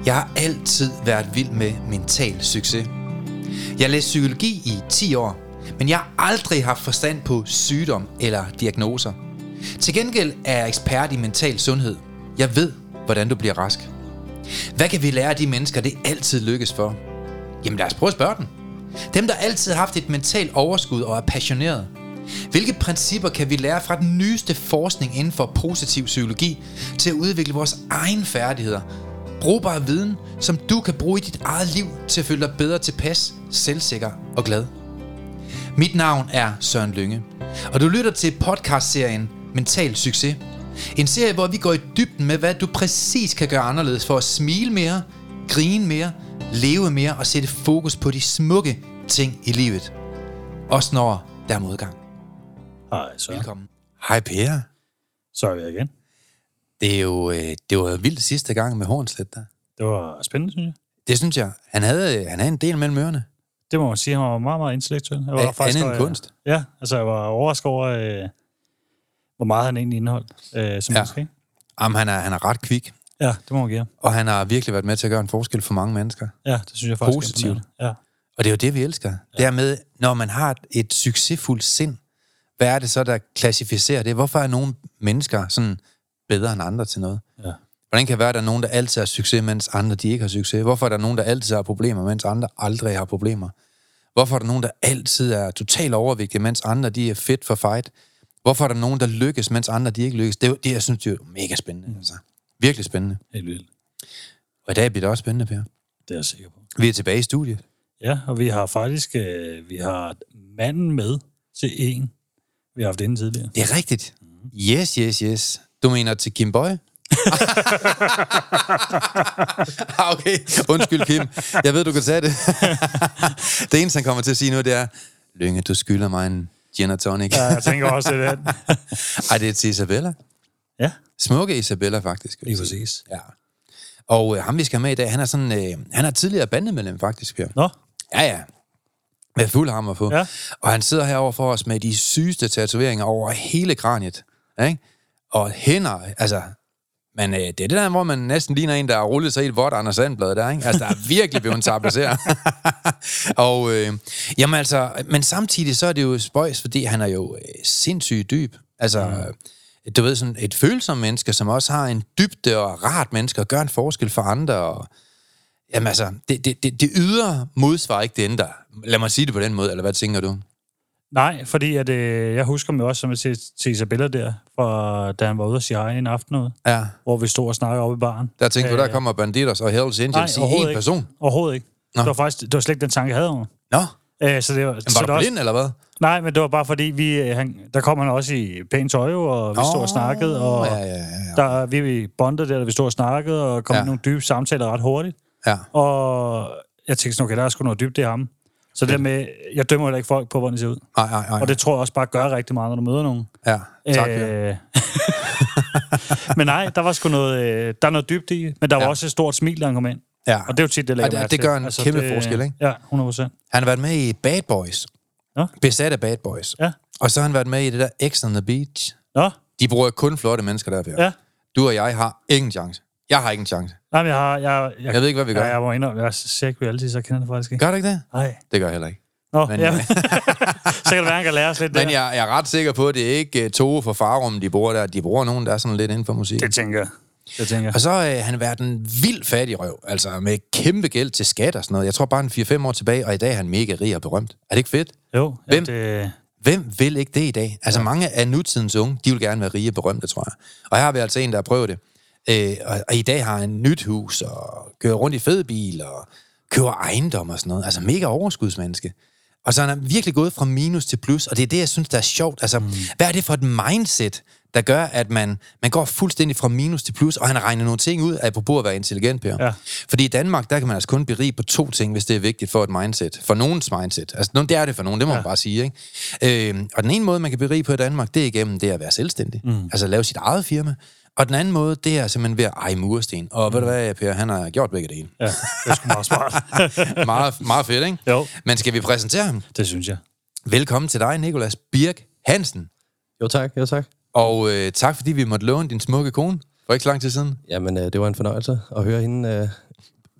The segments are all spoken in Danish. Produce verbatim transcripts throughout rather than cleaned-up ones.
Jeg har altid været vild med mental succes. Jeg læste psykologi i ti år, men jeg har aldrig haft forstand på sygdom eller diagnoser. Til gengæld er jeg ekspert i mental sundhed. Jeg ved, hvordan du bliver rask. Hvad kan vi lære af de mennesker, det altid lykkes for? Jamen lad os prøve at spørge dem. Dem, der altid har haft et mentalt overskud og er passioneret. Hvilke principper kan vi lære fra den nyeste forskning inden for positiv psykologi til at udvikle vores egne færdigheder? Brugbar viden, som du kan bruge i dit eget liv til at føle dig bedre tilpas, selvsikker og glad. Mit navn er Søren Lynge, og du lytter til podcastserien Mental Succes. En serie, hvor vi går i dybden med, hvad du præcis kan gøre anderledes for at smile mere, grine mere, leve mere og sætte fokus på de smukke ting i livet. Også når der er modgang. Hej, Søren. Velkommen. Hej Per. Så er vi igen. Det er jo øh, det var vildt sidste gang med Hornslet der. Det var spændende, synes jeg. Det synes jeg. Han havde, han havde en del mellem ørerne. Det må man sige, han var meget, meget intellektuel. Jeg var A- faktisk andet end kunst. Ja, altså jeg var overrasket over, øh, hvor meget han egentlig indeholdt øh, som Ja. menneske. Ikke? Jamen, han er, han er ret kvik, Ja, det må man give. og han har virkelig været med til at gøre en forskel for mange mennesker. Ja, det synes jeg faktisk Positivt. er imponerende. Ja. Og det er jo det, vi elsker. Ja. Det er med, når man har et, et succesfuldt sind, hvad er det så, der klassificerer det? Hvorfor er nogle mennesker sådan bedre end andre til noget? Ja. Hvordan kan det være, at der er nogen, der altid har succes, mens andre de ikke har succes? Hvorfor er der nogen, der altid har problemer, mens andre aldrig har problemer? Hvorfor er der nogen, der altid er totalt overvægtige, mens andre de er fit for fight? Hvorfor er der nogen, der lykkes, mens andre de ikke lykkes? Det, er jo- det jeg synes jeg er mega spændende. Mm. Altså. Virkelig spændende. Helt vildt. Og i dag bliver det også spændende, Per. Det er jeg sikker på. Vi er tilbage i studiet. Ja, og vi har faktisk øh, vi har manden med til en, vi har haft inden tidligere. Det er rigtigt. Yes, yes, yes. Du mener til Kim Boy? Okay, undskyld Kim. Jeg ved, du kan tage det. Det eneste, han kommer til at sige nu, det er, Lynge, du skylder mig en gin og tonic. Ja, jeg tænker også, det er den. Ej, det er til Isabella. Ja, Smukke Isabella, faktisk. vil lige jeg sige. præcis. Ja. Og øh, ham, vi skal have med i dag, han er sådan, øh, han er tidligere bandemedlem, faktisk, Per. Nå, Ja, ja. Med fuld hammer på. Ja. Og han sidder herovre for os med de sygeste tatoveringer over hele kraniet. Ikke? Og hænder, altså... Men øh, det er det der, hvor man næsten ligner en, der har rullet sig i et vådt Anders Sandblad der, ikke? Altså, der er virkelig blevet en tablasser. Og, øh, jamen altså... Men samtidig så er det jo spøjs, fordi han er jo øh, sindssygt dyb. Altså... Mm. Du ved, sådan et følsomt menneske, som også har en dybde og rart menneske, og gør en forskel for andre, og... Jamen altså, det, det, det, det ydre modsvarer ikke det indre. Lad mig sige det på den måde, eller hvad tænker du? nej, fordi at, øh, jeg husker mig også som til, til Isabella der, fra, da han var ude at sige hej en aften noget, Ja, hvor vi stod og snakkede oppe i baren. der tænkte du, Øh, der kommer Banditos og Hells Angels i overhovedet én ikke. person. Overhovedet ikke. Nå. Det var faktisk det var slet ikke den tanke, jeg havde om. Nå, Øh, så det var, men så var det du også, blind, eller hvad? nej, men det var bare fordi, vi, øh, han, der kom han også i pænt tøj, og vi stod og snakkede, og Ja, ja, ja, ja. der, vi bondede der, da vi stod og snakkede, og kom Ja. ja. nogle dybe samtaler ret hurtigt. ja. Og jeg tænkte sådan, okay, der er sgu noget dybt, det er ham. Så det der med, jeg dømmer heller ikke folk på, hvordan de ser ud. Ej, ej, ej. Og det tror jeg også bare gør rigtig meget, når du møder nogen. Ja, tak. Øh... Øh, men nej, der var sgu noget, øh, der er noget dybt i, men der var Ja. også et stort smil, da han kom ind. Ja. Og det er jo tit, det lægger Og det- mærke det til. gør en kæmpe forskel, ikke? Ja, hundrede procent. Han har været med i Bad Boys. Nå. Besat af Bad Boys. Ja. Og så har han været med i det der X on the Beach. Nå, De bruger kun flotte mennesker der, Per. ja. Du og jeg har ingen chance. Jeg har ingen chance. Nej, men jeg har... Jeg, jeg, Jeg ved ikke, hvad vi gør. Ja, jeg var inde og... Jeg er sikker, reality, så kender det faktisk ikke. Gør du ikke det? Nej. Det gør jeg heller ikke. Nå, Men, ja. øh, så kan det være, han kan lære os lidt Men der. jeg, jeg er ret sikker på, at det er ikke uh, Tove fra Farum, de bruger der. De bruger nogen, der er sådan lidt inden for musik. Det tænker jeg. Det tænker jeg. Og så har øh, han været en vild fattig røv, altså med kæmpe gæld til skat og sådan noget. Jeg tror bare, han er fire fem år tilbage, og i dag er han mega rig og berømt. Er det ikke fedt? Jo, Hvem? Ja, det, Hvem vil ikke det i dag? Altså ja. Mange af nutidens unge, de vil gerne være rige og berømte, tror jeg. Og her har vi altså en, der har prøvet det. Øh, og, og i dag har han et nyt hus, og kører rundt i fed bil, og køber ejendom og sådan noget. Altså mega overskudsmenneske. Og så er han virkelig gået fra minus til plus, og det er det, jeg synes, der er sjovt. Altså, mm. hvad er det for et mindset, der gør, at man, man går fuldstændig fra minus til plus, og han har regnet nogle ting ud, apropos at være intelligent, Per. Ja. Fordi i Danmark, der kan man altså kun blive rig på to ting, hvis det er vigtigt for et mindset. For nogens mindset. Altså, det er det for nogen, det må ja. man bare sige, ikke? Øh, og den ene måde, man kan blive rig på i Danmark, det er igennem det at være selvstændig. Mm. Altså lave sit eget firma. Og den anden måde, det er simpelthen ved at eje mursten. Og mm. ved du hvad, Per, han har gjort begge dele. ja, det er sgu meget smart. meget, meget fedt, ikke? Jo. Men skal vi præsentere ham? Det synes jeg. Velkommen til dig, Nicolas Birk Hansen. Jo tak, jo tak. Og øh, tak, fordi vi måtte låne din smukke kone for ikke så lang tid siden. Jamen, øh, det var en fornøjelse at høre hende øh,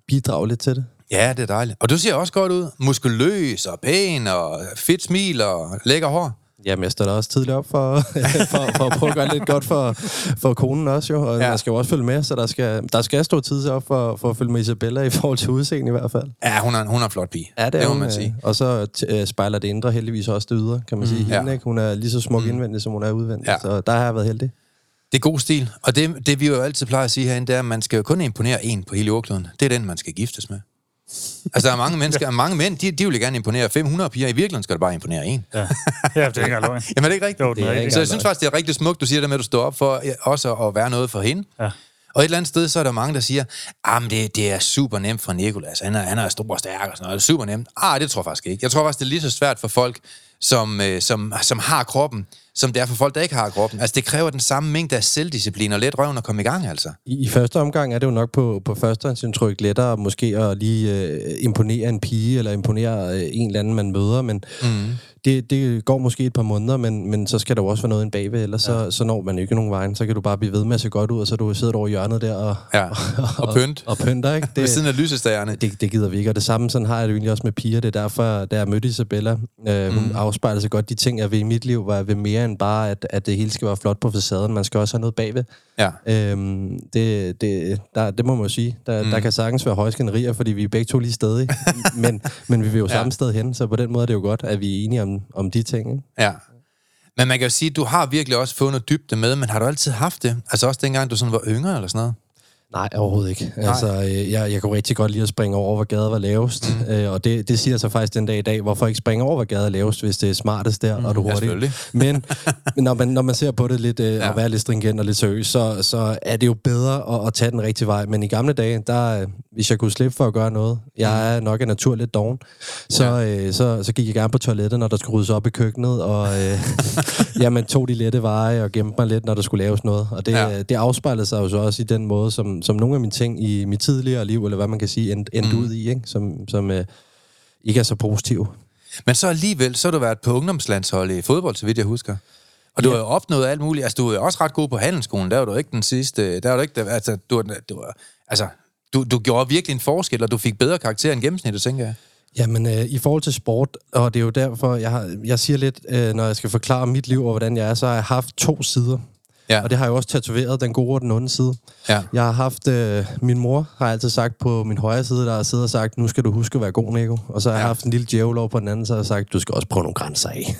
bidrage lidt til det. Ja, det er dejligt. Og du ser også godt ud. Muskuløs og pæn og fedt smil og lækker hår. Jamen, jeg står da også tidligt op for, for, for at prøve at gøre lidt godt for, for konen også, jo. Og ja. Man skal jo også følge med, så der skal, der skal stå tid op for, for at følge med Isabella i forhold til udseende i hvert fald. Ja, hun er, hun er en flot pige. Ja, det, det er må hun, man sige. Og så t- spejler det indre heldigvis også det ydre, kan man sige. Mm, hende, ja. Ikke? Hun er lige så smuk mm. indvendigt, som hun er udvendigt. Ja. Så der har jeg været heldig. Det er god stil. Og det, det vi jo altid plejer at sige herinde, det er, at man skal jo kun imponere en på hele jordkloden. Det er den, man skal giftes med. Altså, der er mange mennesker, mange mænd, de, de vil gerne imponere fem hundrede piger. I virkeligheden skal du bare imponere en. Ja, ja det er ikke engang løgn. Jamen, er det ikke rigtigt? Jo, det er ikke så jeg synes faktisk, det er rigtig smukt, du siger det med, at du står op for også at være noget for hende. Ja. Og et eller andet sted, så er der mange, der siger, ah, men det, det er super nemt for Nicolas. Han er, han er stor og stærk og sådan noget. Det er super nemt. Ah, det tror jeg faktisk ikke. Jeg tror faktisk, det er lige så svært for folk, som, øh, som, som har kroppen, som det er for folk, der ikke har kroppen. Altså, det kræver den samme mængde af selvdisciplin og let røven at komme i gang, altså. I, i første omgang er det jo nok på, på førstehåndsindtryk lettere måske at lige øh, imponere en pige, eller imponere øh, en eller anden, man møder, men mm. det, det går måske et par måneder, men, men så skal der jo også være noget en bagved, ellers ja. så, så når man ikke nogen vejen. Så kan du bare blive ved med at se godt ud, og så du sidder over hjørnet der og, ja. og, og, og pynt. Og, og pynter, ikke? Det, ved siden af lysestagerne. Det, det gider vi ikke, og det samme sådan har jeg det egentlig også med piger. Det er derfor, da jeg mødte Isabella, øh, hun mm. afspejler sig godt de ting, jeg ved i mit liv, hvor jeg ved mere end bare, at, at det hele skal være flot på facaden. Man skal også have noget bagved. Ja. Øhm, det, det, der, det må man jo sige. Der, mm. der kan sagtens være høje skænderier, fordi vi er begge to lige stadig. men, men vi vil jo ja. samme sted hen, så på den måde er det jo godt, at vi er enige om, om de ting. Ikke? Ja. Men man kan jo sige, at du har virkelig også fået noget dybde med, men har du altid haft det? Altså også dengang, du sådan var yngre eller sådan noget? Nej, overhovedet ikke. Nej. Altså, jeg, jeg kunne rigtig godt lide at springe over, hvor gaden var lavest. Mm. Øh, og det, det siger så faktisk den dag i dag, hvorfor ikke springe over, hvor gaden er lavest, hvis det er smartest der, mm, og du hurtigt. Ja, men når man, når man ser på det lidt, øh, ja. og være lidt stringent og lidt seriøs, så, så er det jo bedre at, at tage den rigtige vej. Men i gamle dage, der, hvis jeg kunne slippe for at gøre noget, jeg er nok af natur lidt doven, så, ja. øh, så, så gik jeg gerne på toilettet, når der skulle ryddes op i køkkenet, og øh, jamen, tog de lette veje og gemte mig lidt, når der skulle laves noget. Og det, ja. det afspejlede sig jo så også i den måde, som som nogle af mine ting i mit tidligere liv, eller hvad man kan sige, endte end mm. ud i, ikke? som, som øh, ikke er så positiv. Men så alligevel, så har du været på ungdomslandshold i fodbold, så vidt jeg husker. Og du ja. har jo opnået alt muligt. Altså, du er jo også ret god på handelsskolen. Der var du ikke den sidste. Der var du ikke, der, altså, du, du, altså, du, du gjorde virkelig en forskel, og du fik bedre karakter end gennemsnittet, tænker jeg. Jamen, øh, i forhold til sport, og det er jo derfor, jeg, har, jeg siger lidt, øh, når jeg skal forklare mit liv og hvordan jeg er, så har jeg haft to sider. Ja. Og det har jeg også tatoveret, den gode og den onde side. Ja. Jeg har haft, øh, min mor har altid sagt på min højre side, der har siddet og sagt, nu skal du huske at være god, Nico. Og så har ja. jeg haft en lille djævel på den anden, så har jeg sagt, du skal også prøve nogle grænser af.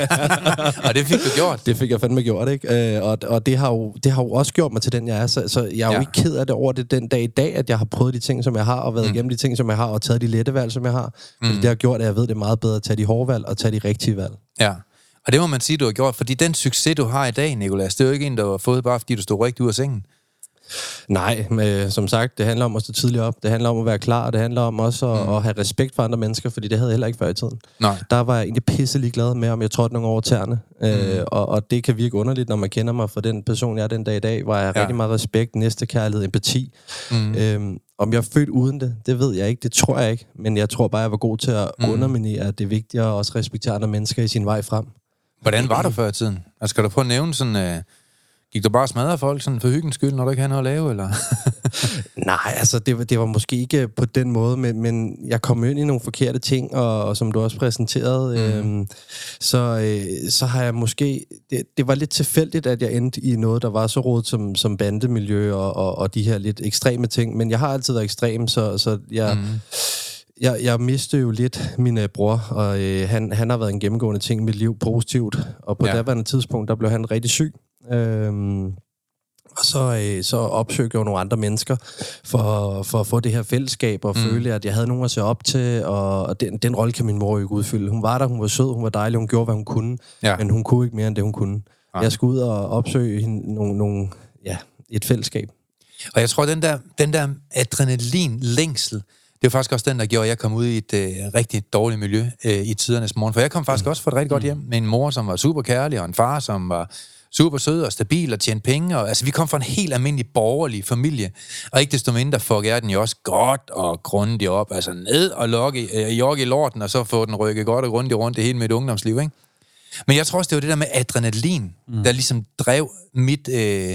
Og det fik du gjort? Det fik jeg fandme gjort, ikke? Øh, og og det, har jo, det har jo også gjort mig til den, jeg er. Så, så jeg er jo ja. ikke ked af det over det den dag i dag, at jeg har prøvet de ting, som jeg har, og været mm. igennem de ting, som jeg har, og taget de lette valg, som jeg har. Mm. Fordi det har gjort, at jeg ved, det er meget bedre at tage de hårde valg, og tage de rigtige valg. Ja. Og det må man sige, du har gjort, fordi den succes, du har i dag, Nicolas, det er jo ikke en, du har fået bare, fordi du stod rigtig ud af sengen. Nej, men som sagt, det handler om at stå tidligt op. Det handler om at være klar, og det handler om også at, mm. at have respekt for andre mennesker, fordi det havde jeg heller ikke før i tiden. Nej. Der var jeg egentlig pisselig glad med, om jeg trådte nogle over tæerne. Mm. Øh, og, og det kan virke underligt, når man kender mig for den person, jeg er den dag i dag, hvor jeg har ja. rigtig meget respekt, næstekærlighed, empati. Mm. Øhm, om jeg er født uden det, det ved jeg ikke, det tror jeg ikke. Men jeg tror bare, jeg var god til at mm. underminere, at det er vigtigt at også respektere andre mennesker i sin vej frem. Hvordan var du før i tiden? Altså, skal du prøve at nævne sådan... Øh, gik du bare og smadre folk sådan for hyggens skyld, når du ikke havde noget at lave, eller? Nej, altså, det var, det var måske ikke på den måde, men, men jeg kom ind i nogle forkerte ting, og, og som du også præsenterede, mm. øhm, så, øh, så har jeg måske... Det, det var lidt tilfældigt, at jeg endte i noget, der var så rodet som, som bandemiljø og, og, og de her lidt ekstreme ting, men jeg har altid været ekstrem, så, så jeg... Mm. Jeg, jeg mistede jo lidt min øh, bror, og øh, han, han har været en gennemgående ting i mit liv, positivt. Og på ja. daværende tidspunkt, der blev han rigtig syg. Øhm, og så, øh, så opsøgte jeg jo nogle andre mennesker for, for at få det her fællesskab, og mm. føle, at jeg havde nogen at se op til, og, og den, den rolle kan min mor jo ikke udfylde. Hun var der, hun var sød, hun var dejlig, hun gjorde, hvad hun kunne, ja. men hun kunne ikke mere end det, hun kunne. Ja. Jeg skulle ud og opsøge hende, nogle, nogle, ja, et fællesskab. Og jeg tror, den der, den der adrenalin-længsel, det er faktisk også den, der gjorde, at jeg kom ud i et øh, rigtig dårligt miljø øh, i tidernes morgen. For jeg kom faktisk mm. også fra et rigtig godt hjem med en mor, som var super kærlig, og en far, som var super sød og stabil og tjente penge. Og, altså, vi kom fra en helt almindelig borgerlig familie. Og ikke desto mindre fuck jeg den jo også godt og grundigt op. Altså ned og lokke, øh, jogge i lorten, og så få den rykket godt og grundigt rundt i hele mit ungdomsliv, ikke? Men jeg tror også, det var det der med adrenalin, mm. der ligesom drev mit... Øh,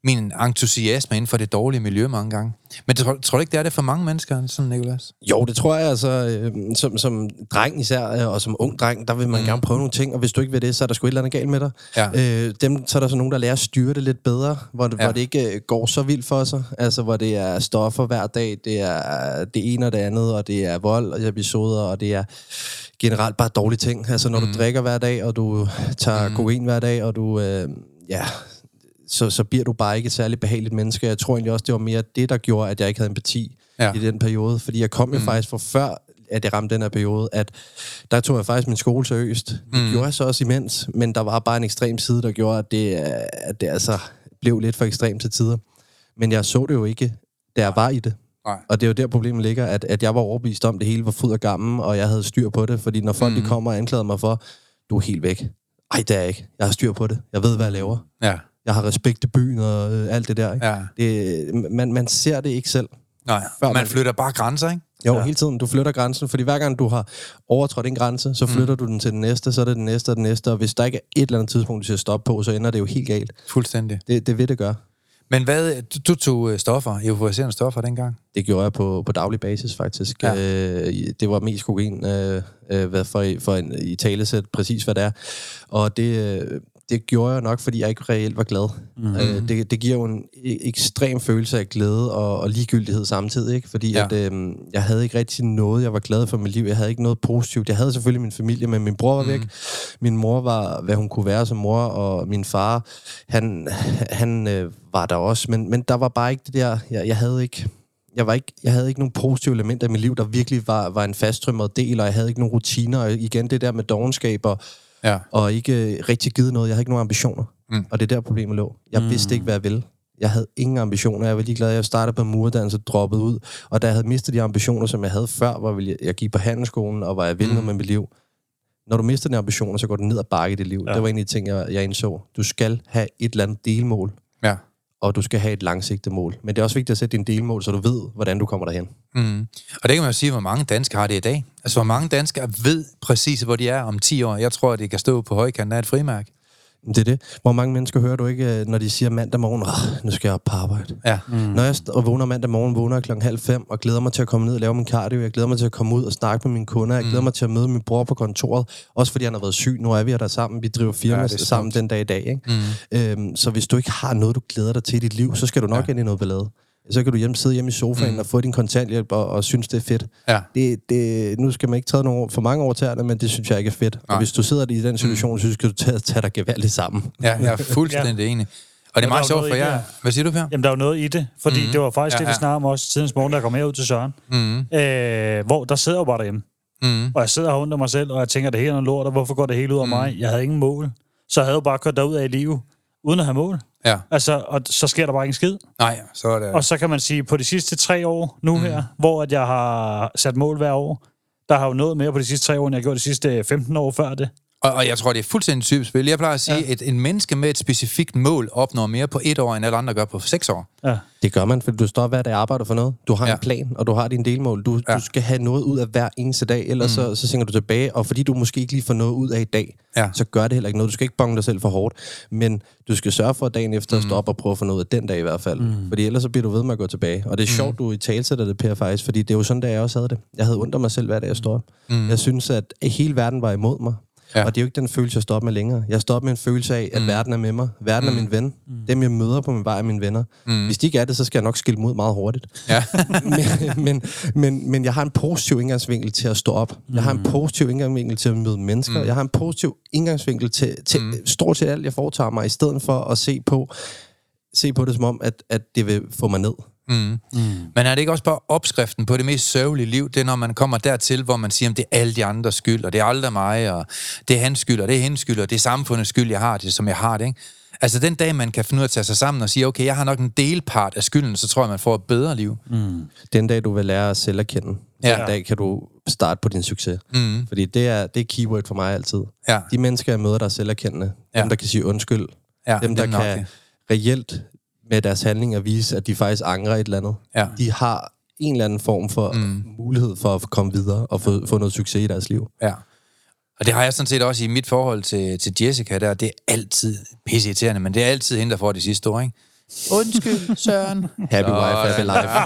min entusiasme inden for det dårlige miljø mange gange. Men tror, tror du ikke, det er det for mange mennesker, sådan Nicolas? Jo, det tror jeg, altså, øh, som, som dreng især, øh, og som ung dreng, der vil man mm. gerne prøve nogle ting, og hvis du ikke vil det, så er der sgu et eller andet galt med dig. Ja. Øh, dem, så er der så nogen, der lærer at styre det lidt bedre, hvor det, ja. hvor det ikke øh, går så vildt for sig, altså hvor det er stoffer hver dag, det er det ene og det andet, og det er vold og episoder, og det er generelt bare dårlige ting. Altså når mm. du drikker hver dag, og du tager mm. kokain hver dag, og du, øh, ja... Så, så bliver du bare ikke et særligt behageligt menneske. Jeg tror egentlig også, det var mere det, der gjorde, at jeg ikke havde empati ja. i den periode. Fordi jeg kom jo mm. faktisk for før, at jeg ramte den her periode, at der tog jeg faktisk min skole seriøst. Det mm. gjorde jeg så også imens, men der var bare en ekstrem side, der gjorde, at det, at det altså blev lidt for ekstremt til tider. Men jeg så det jo ikke, da jeg var i det. Nej. Og det er jo der problemet ligger, at, at jeg var overbevist om, det hele var fryd og gammel, og jeg havde styr på det. Fordi når folk mm. de kommer og anklager mig for, du er helt væk. Ej, det er jeg ikke. Jeg har styr på det. Jeg ved, hvad jeg laver. Ja. Jeg har respekt til byen og øh, alt det der. Ikke? Ja. Det, man, man ser det ikke selv. Nej, man, man flytter bare grænser, ikke? Jo, ja. hele tiden. Du flytter grænsen, fordi hver gang du har overtrådt en grænse, så flytter mm. du den til den næste, så er det den næste og den næste, og hvis der ikke er et eller andet tidspunkt, du skal stoppe på, så ender det jo helt galt. Fuldstændig. Det, det vil det gøre. Men hvad, du, du tog stoffer, euforiserende stoffer dengang? Det gjorde jeg på, på daglig basis, faktisk. Ja. Øh, det var mest kokain, øh, øh, for, for en, i talesæt præcis, hvad det er. Og det... Øh, Det gjorde jeg nok, fordi jeg ikke reelt var glad. Mm-hmm. Øh, det, det giver jo en ekstrem følelse af glæde og, og ligegyldighed samtidig, ikke? Fordi ja. at, øh, jeg havde ikke rigtig noget, jeg var glad for mit liv. Jeg havde ikke noget positivt. Jeg havde selvfølgelig min familie, men min bror var væk. Mm. Min mor var, hvad hun kunne være som mor, og min far, han, han øh, var der også. Men, men der var bare ikke det der... Jeg, jeg havde ikke... Jeg, var ikke, jeg havde ikke nogen positive elementer i mit liv, der virkelig var, var en fasttømret del, og jeg havde ikke nogen rutiner. Og igen, det der med dovenskab og Ja. og ikke rigtig givet noget. Jeg havde ikke nogen ambitioner. Mm. Og det er der problemet lå. Jeg mm. vidste ikke, hvad jeg ville. Jeg havde ingen ambitioner. Jeg var lige glad, at jeg startede på muruddannelse, droppede ud. Og da jeg havde mistet de ambitioner, som jeg havde før, hvor jeg, jeg gik på handelsskolen, og var jeg ville mm. med mit liv. Når du mister de ambitioner, så går det ned ad bakke i dit liv. Ja. Det var en af de ting, jeg, jeg indså. Du skal have et eller andet delmål. Ja. Og du skal have et langsigtet mål. Men det er også vigtigt at sætte dine delmål, så du ved, hvordan du kommer derhen. Mm. Og det kan man jo sige, hvor mange danskere har det i dag. Altså, hvor mange danskere ved præcis, hvor de er om ti år. Jeg tror, at de kan stå på højkanten af et frimærke. Det er det. Hvor mange mennesker hører du ikke, når de siger mandag morgen, åh, nu skal jeg op på arbejde. Ja. Mm. Når jeg st- vågner mandag morgen, vågner jeg klokken halv fem, og glæder mig til at komme ned og lave min cardio. Jeg glæder mig til at komme ud og snakke med mine kunder. Jeg glæder mm. mig til at møde min bror på kontoret. Også fordi han har været syg. Nu er vi der sammen. Vi driver firma ja, sammen den dag i dag. Ikke? Mm. Øhm, så hvis du ikke har noget, du glæder dig til i dit liv, så skal du nok ja. ind i noget ballade. Så kan du hjem, sidde hjemme i sofaen mm. og få din kontanthjælp og, og synes, det er fedt. Ja. Det, det, nu skal man ikke træde nogle, for mange over tæerne, men det synes jeg ikke er fedt. Nej. Og hvis du sidder i den situation, mm. så skal du tage, tage dig gevaldigt sammen. Ja, jeg er fuldstændig ja. enig. Og det er meget sjovt for jer. Hvad siger du, Per? Jamen, der er jo noget i det, fordi mm. det var faktisk ja, det, vi snakkede om også tidens morgen, der kom herud til Søren. Mm. Øh, hvor der sidder jo bare derhjemme. Mm. Og jeg sidder og under mig selv, og jeg tænker, det hele er noget lort, og hvorfor går det hele ud af mm. mig? Jeg havde ingen mål. Så jeg havde jo bare kørt derud af i livet, uden at have mål. Ja. Altså, og så sker der bare ikke skid. Nej, så er det... Og så kan man sige, på de sidste tre år nu mm. her, hvor at jeg har sat mål hver år, der har jo nået mere på de sidste tre år, end jeg har gjort de sidste femten år før det. Og, og jeg tror, det er fuldstændig typisk spil. Jeg plejer at sige, ja. at en menneske med et specifikt mål opnår mere på et år, end alle andre gør på seks år. Ja. Det gør man, fordi du står hver dag og arbejder for noget. Du har ja. en plan, og du har dine delmål. Du, ja. du skal have noget ud af hver eneste dag, ellers mm. så, så tænker du tilbage. Og fordi du måske ikke lige får noget ud af i dag, ja. så gør det heller ikke noget. Du skal ikke bonge dig selv for hårdt, men du skal sørge for, at dagen efter at stå op og prøve at få noget af den dag i hvert fald. Mm. Fordi ellers så bliver du ved med at gå tilbage. Og det er sjovt, mm. du i talsætter det, Per, faktisk, fordi det er jo sådan, at jeg også havde det. Jeg havde ondt af mig selv, hver dag jeg står op. Mm. Jeg synes, at hele verden var imod mig. Ja. Og det er jo ikke den følelse, jeg står op med længere. Jeg står op med en følelse af, at mm. verden er med mig. Verden mm. er min ven. Mm. Dem, jeg møder på min vej, er mine venner. Mm. Hvis de ikke er det, så skal jeg nok skille mod meget hurtigt. Ja. men, men, men, men jeg har en positiv indgangsvinkel til at stå op. Mm. Jeg har en positiv indgangsvinkel til at møde mennesker. Mm. Jeg har en positiv indgangsvinkel til, til mm. stort set alt, jeg foretager mig, i stedet for at se på, se på det som om, at, at det vil få mig ned. Mm. Mm. Men er det ikke også bare opskriften på det mest sørgelige liv? Det er, når man kommer dertil, hvor man siger, at det er alle de andres skyld, og det er aldrig mig, og det er hans skyld, og det er hendes skyld, og det er samfundets skyld, jeg har det, som jeg har det, ikke? Altså den dag, man kan finde ud af at tage sig sammen og sige, okay, jeg har nok en delpart af skylden, så tror jeg, man får et bedre liv. Mm. Den dag, du vil lære at selv at kende, ja. den dag kan du starte på din succes. Mm. Fordi det er, det er keyword for mig altid. Ja. De mennesker, jeg møder, der er selverkendende, ja. dem, der kan sige undskyld, ja, dem, der kan nok, reelt med deres handling at vise, at de faktisk angrer et eller andet. Ja. De har en eller anden form for mm. mulighed for at komme videre og få, få noget succes i deres liv. Ja. Og det har jeg sådan set også i mit forhold til, til Jessica der. Det er altid pisseirriterende, men det er altid hende, der får det sidste ord, ikke? Undskyld, Søren. Happy wife, happy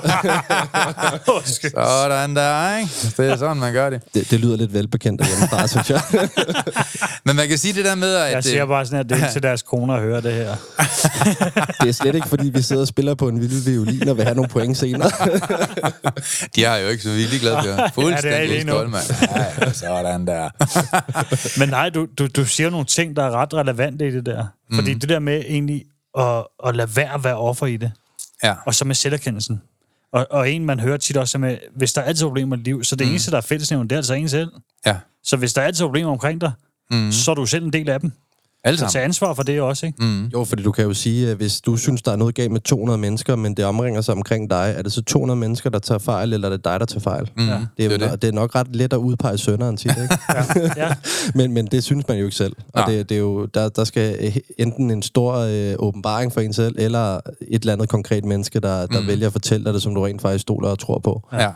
life. Sådan der, ikke? Det er sådan, man gør det. Det, det lyder lidt velbekendt derhjemmefra, synes jeg. Men man kan sige det der med, at... Jeg siger bare sådan, at det er ikke til deres koner at høre det her. Det er slet ikke, fordi vi sidder og spiller på en vild violin og vil have nogle point senere. De har jo ikke så vildt glad for. Fuldstændig ja, skål, mand. Ja, sådan der. Men nej, du, du, du siger nogle ting, der er ret relevante i det der. Fordi mm. det der med egentlig at, at lade være at være offer i det. Ja. Og så med selverkendelsen. Og, og en, man hører tit også med, hvis der er altid problemer i dit liv, så det mm. eneste, der er fællesnævnt, det er altså en selv. Ja. Så hvis der er altid problemer omkring dig, mm. så er du selv en del af dem. Alle så tag ansvar for det også, ikke? Mm. Jo, fordi du kan jo sige, at hvis du synes, der er noget galt med to hundrede mennesker, men det omringer sig omkring dig, er det så to hundrede mennesker, der tager fejl, eller er det dig, der tager fejl? Mm. Ja. Det, er jo, det. det er nok ret let at udpege sønderen tit, ikke? ja. Ja. men, men det synes man jo ikke selv. Og det, det er jo, der, der skal enten en stor øh, åbenbaring for en selv, eller et eller andet konkret menneske, der, der mm. vælger at fortælle dig det, som du rent faktisk stoler og tror på. Ja.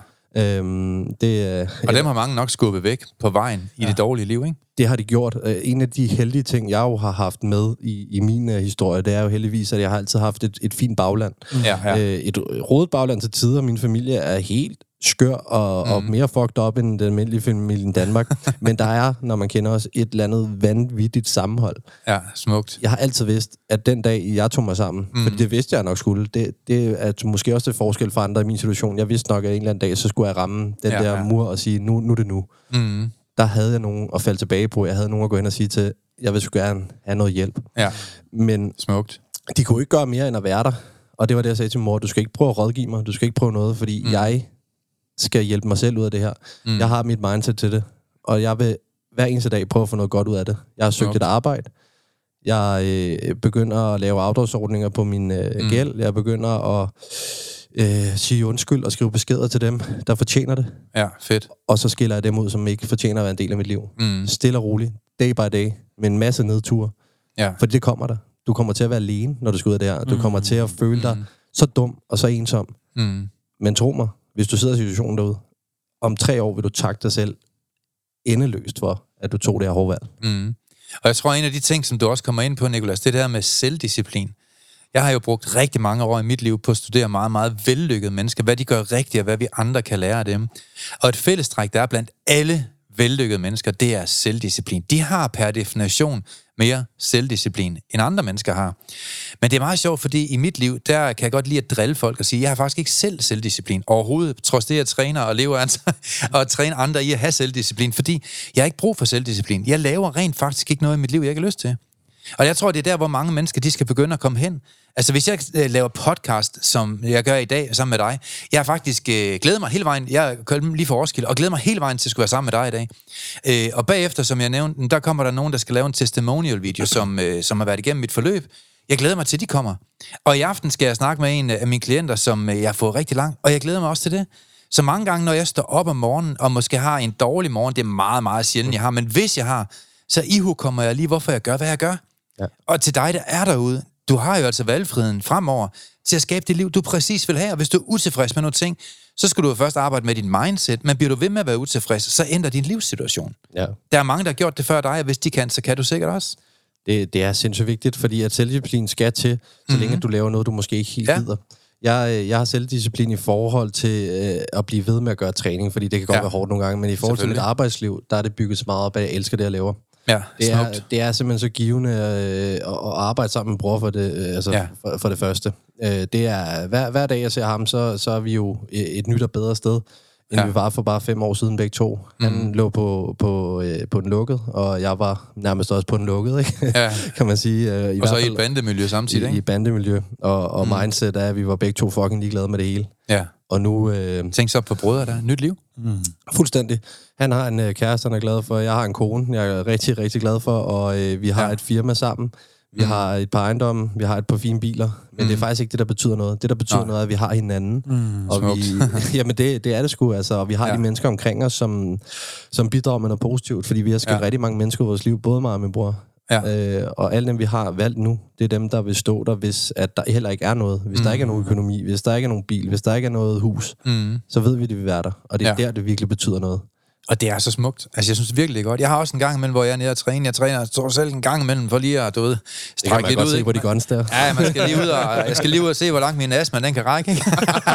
Øhm, det, øh, og dem har mange nok skubbet væk på vejen i ja. det dårlige liv, ikke? Det har de gjort. En af de heldige ting, jeg jo har haft med i, i min uh, historie, det er jo heldigvis, at jeg har altid haft et, et fint bagland. Ja, ja. Øh, et rodet bagland til tider. Min familie er helt skør og, mm. og mere fucked up end den almindelige familie i Danmark. Men der er, når man kender os, et eller andet vanvittigt sammenhold. Ja, smukt. Jeg har altid vidst, at den dag, jeg tog mig sammen, mm. fordi det vidste jeg nok skulle, det, det er måske også det forskel for andre i min situation. Jeg vidste nok, at en eller anden dag, så skulle jeg ramme den ja, der ja. mur og sige, nu, nu er det nu. Mm. Der havde jeg nogen at falde tilbage på. Jeg havde nogen at gå ind og sige til, jeg vil sgu gerne have noget hjælp. Ja, men smukt. De kunne ikke gøre mere end at være der. Og det var det, jeg sagde til mor, du skal ikke prøve at rådgive mig, du skal ikke prøve noget, fordi mm. jeg skal hjælpe mig selv ud af det her. Mm. Jeg har mit mindset til det, og jeg vil hver eneste dag prøve at få noget godt ud af det. Jeg har søgt smukt. et arbejde. Jeg øh, begynder at lave afdragsordninger på min øh, mm. gæld. Jeg begynder at Øh, sige undskyld og skrive beskeder til dem, der fortjener det. Ja, fedt. Og så skiller jeg dem ud, som ikke fortjener at være en del af mit liv. Mm. Stille og roligt, day by day, med en masse nedture. Ja. For det kommer der. Du kommer til at være alene, når du skal ud af det her. Du mm. kommer til at føle dig mm. så dum og så ensom. Mm. Men tro mig, hvis du sidder i situationen derude, om tre år vil du takke dig selv endeløst for, at du tog det her hårde valg. Mm. Og jeg tror, en af de ting, som du også kommer ind på, Nicolas, det der med selvdisciplin. Jeg har jo brugt rigtig mange år i mit liv på at studere meget, meget vellykkede mennesker, hvad de gør rigtigt, og hvad vi andre kan lære af dem. Og et fællestræk, der er blandt alle vellykkede mennesker, det er selvdisciplin. De har per definition mere selvdisciplin, end andre mennesker har. Men det er meget sjovt, fordi i mit liv, der kan jeg godt lide at drille folk og sige, jeg har faktisk ikke selv selvdisciplin overhovedet, trods det, jeg træner og lever altså, og træner andre i at have selvdisciplin, fordi jeg har ikke brug for selvdisciplin. Jeg laver rent faktisk ikke noget i mit liv, jeg ikke har lyst til. Og jeg tror, det er der, hvor mange mennesker, de skal begynde at komme hen. Altså, hvis jeg øh, laver podcast, som jeg gør i dag sammen med dig, jeg har faktisk øh, glædet mig hele vejen, jeg kører lige for Roskilde, og glæder mig hele vejen til at skulle være sammen med dig i dag. Øh, og bagefter, som jeg nævnte, der kommer der nogen, der skal lave en testimonial-video, som, øh, som har været igennem mit forløb. Jeg glæder mig til, at de kommer. Og i aften skal jeg snakke med en af mine klienter, som øh, jeg har fået rigtig langt, og jeg glæder mig også til det. Så mange gange, når jeg står op om morgenen, og måske har en dårlig morgen, det er meget, meget sjældent, jeg har, men hvis jeg har, så ihu kommer jeg lige, hvorfor jeg gør, hvad jeg gør. Ja. Og til dig, der er derude, du har jo altså valgfriheden fremover til at skabe det liv, du præcis vil have. Og hvis du er utilfreds med nogle ting, så skal du jo først arbejde med din mindset. Men bliver du ved med at være utilfreds, så ændrer din livssituation. Ja. Der er mange, der har gjort det før dig, og hvis de kan, så kan du sikkert også. Det, det er sindssygt vigtigt, fordi at selvdisciplin skal til, så mm-hmm. længe du laver noget, du måske ikke helt ja. gider. Jeg, jeg har selvdisciplin i forhold til øh, at blive ved med at gøre træning, fordi det kan godt ja. være hårdt nogle gange, men i forhold til mit arbejdsliv, der er det bygget så meget op, at jeg elsker det, jeg laver. Ja, det, er, det er simpelthen så givende øh, at, at arbejde sammen med bror for det, øh, altså ja. for, for det første. Øh, det er, hver, hver dag jeg ser ham, så, så er vi jo et nyt og bedre sted, end ja. vi var for bare fem år siden begge to. Mm. Han lå på, på, øh, på den lukkede, og jeg var nærmest også på den lukkede, ikke? Ja. kan man sige. Øh, i og så i et bandemiljø samtidig, i, ikke? I bandemiljø, og, og mm. mindset er, at vi var begge to fucking ligeglade med det hele. Ja. Og nu... Øh, Tænk så på brødre der. Nyt liv. Mm. Fuldstændig. Han har en øh, kæreste, han er glad for. Jeg har en kone, jeg er rigtig, rigtig glad for. Og øh, vi har ja. et firma sammen. Vi mm. har et par ejendomme. Vi har et par fine biler. Men mm. det er faktisk ikke det, der betyder noget. Det, der betyder Nej. noget, er, at vi har hinanden. Mm. Og vi, jamen, det, det er det sgu. Altså. Og vi har ja. de mennesker omkring os, som, som bidrager med noget positivt. Fordi vi har skilt ja. rigtig mange mennesker i vores liv. Både mig og min bror. Ja. Øh, og alle dem, vi har valgt nu, det er dem, der vil stå der, hvis at der heller ikke er noget. Hvis mm. der ikke er nogen økonomi, hvis der ikke er nogen bil, hvis der ikke er noget hus, mm. så ved vi, det vil være der. Og det er ja. der, det virkelig betyder noget. Og det er så smukt. Altså, jeg synes virkelig, det er godt. Jeg har også en gang imellem, hvor jeg er nede og træner. Jeg træner så selv en gang imellem, for lige at, du ved, strække lidt ud. Det kan man godt se på de guns der. Ja, man skal lige ud og, jeg skal lige ud og se, hvor langt min astma, den kan række, ikke?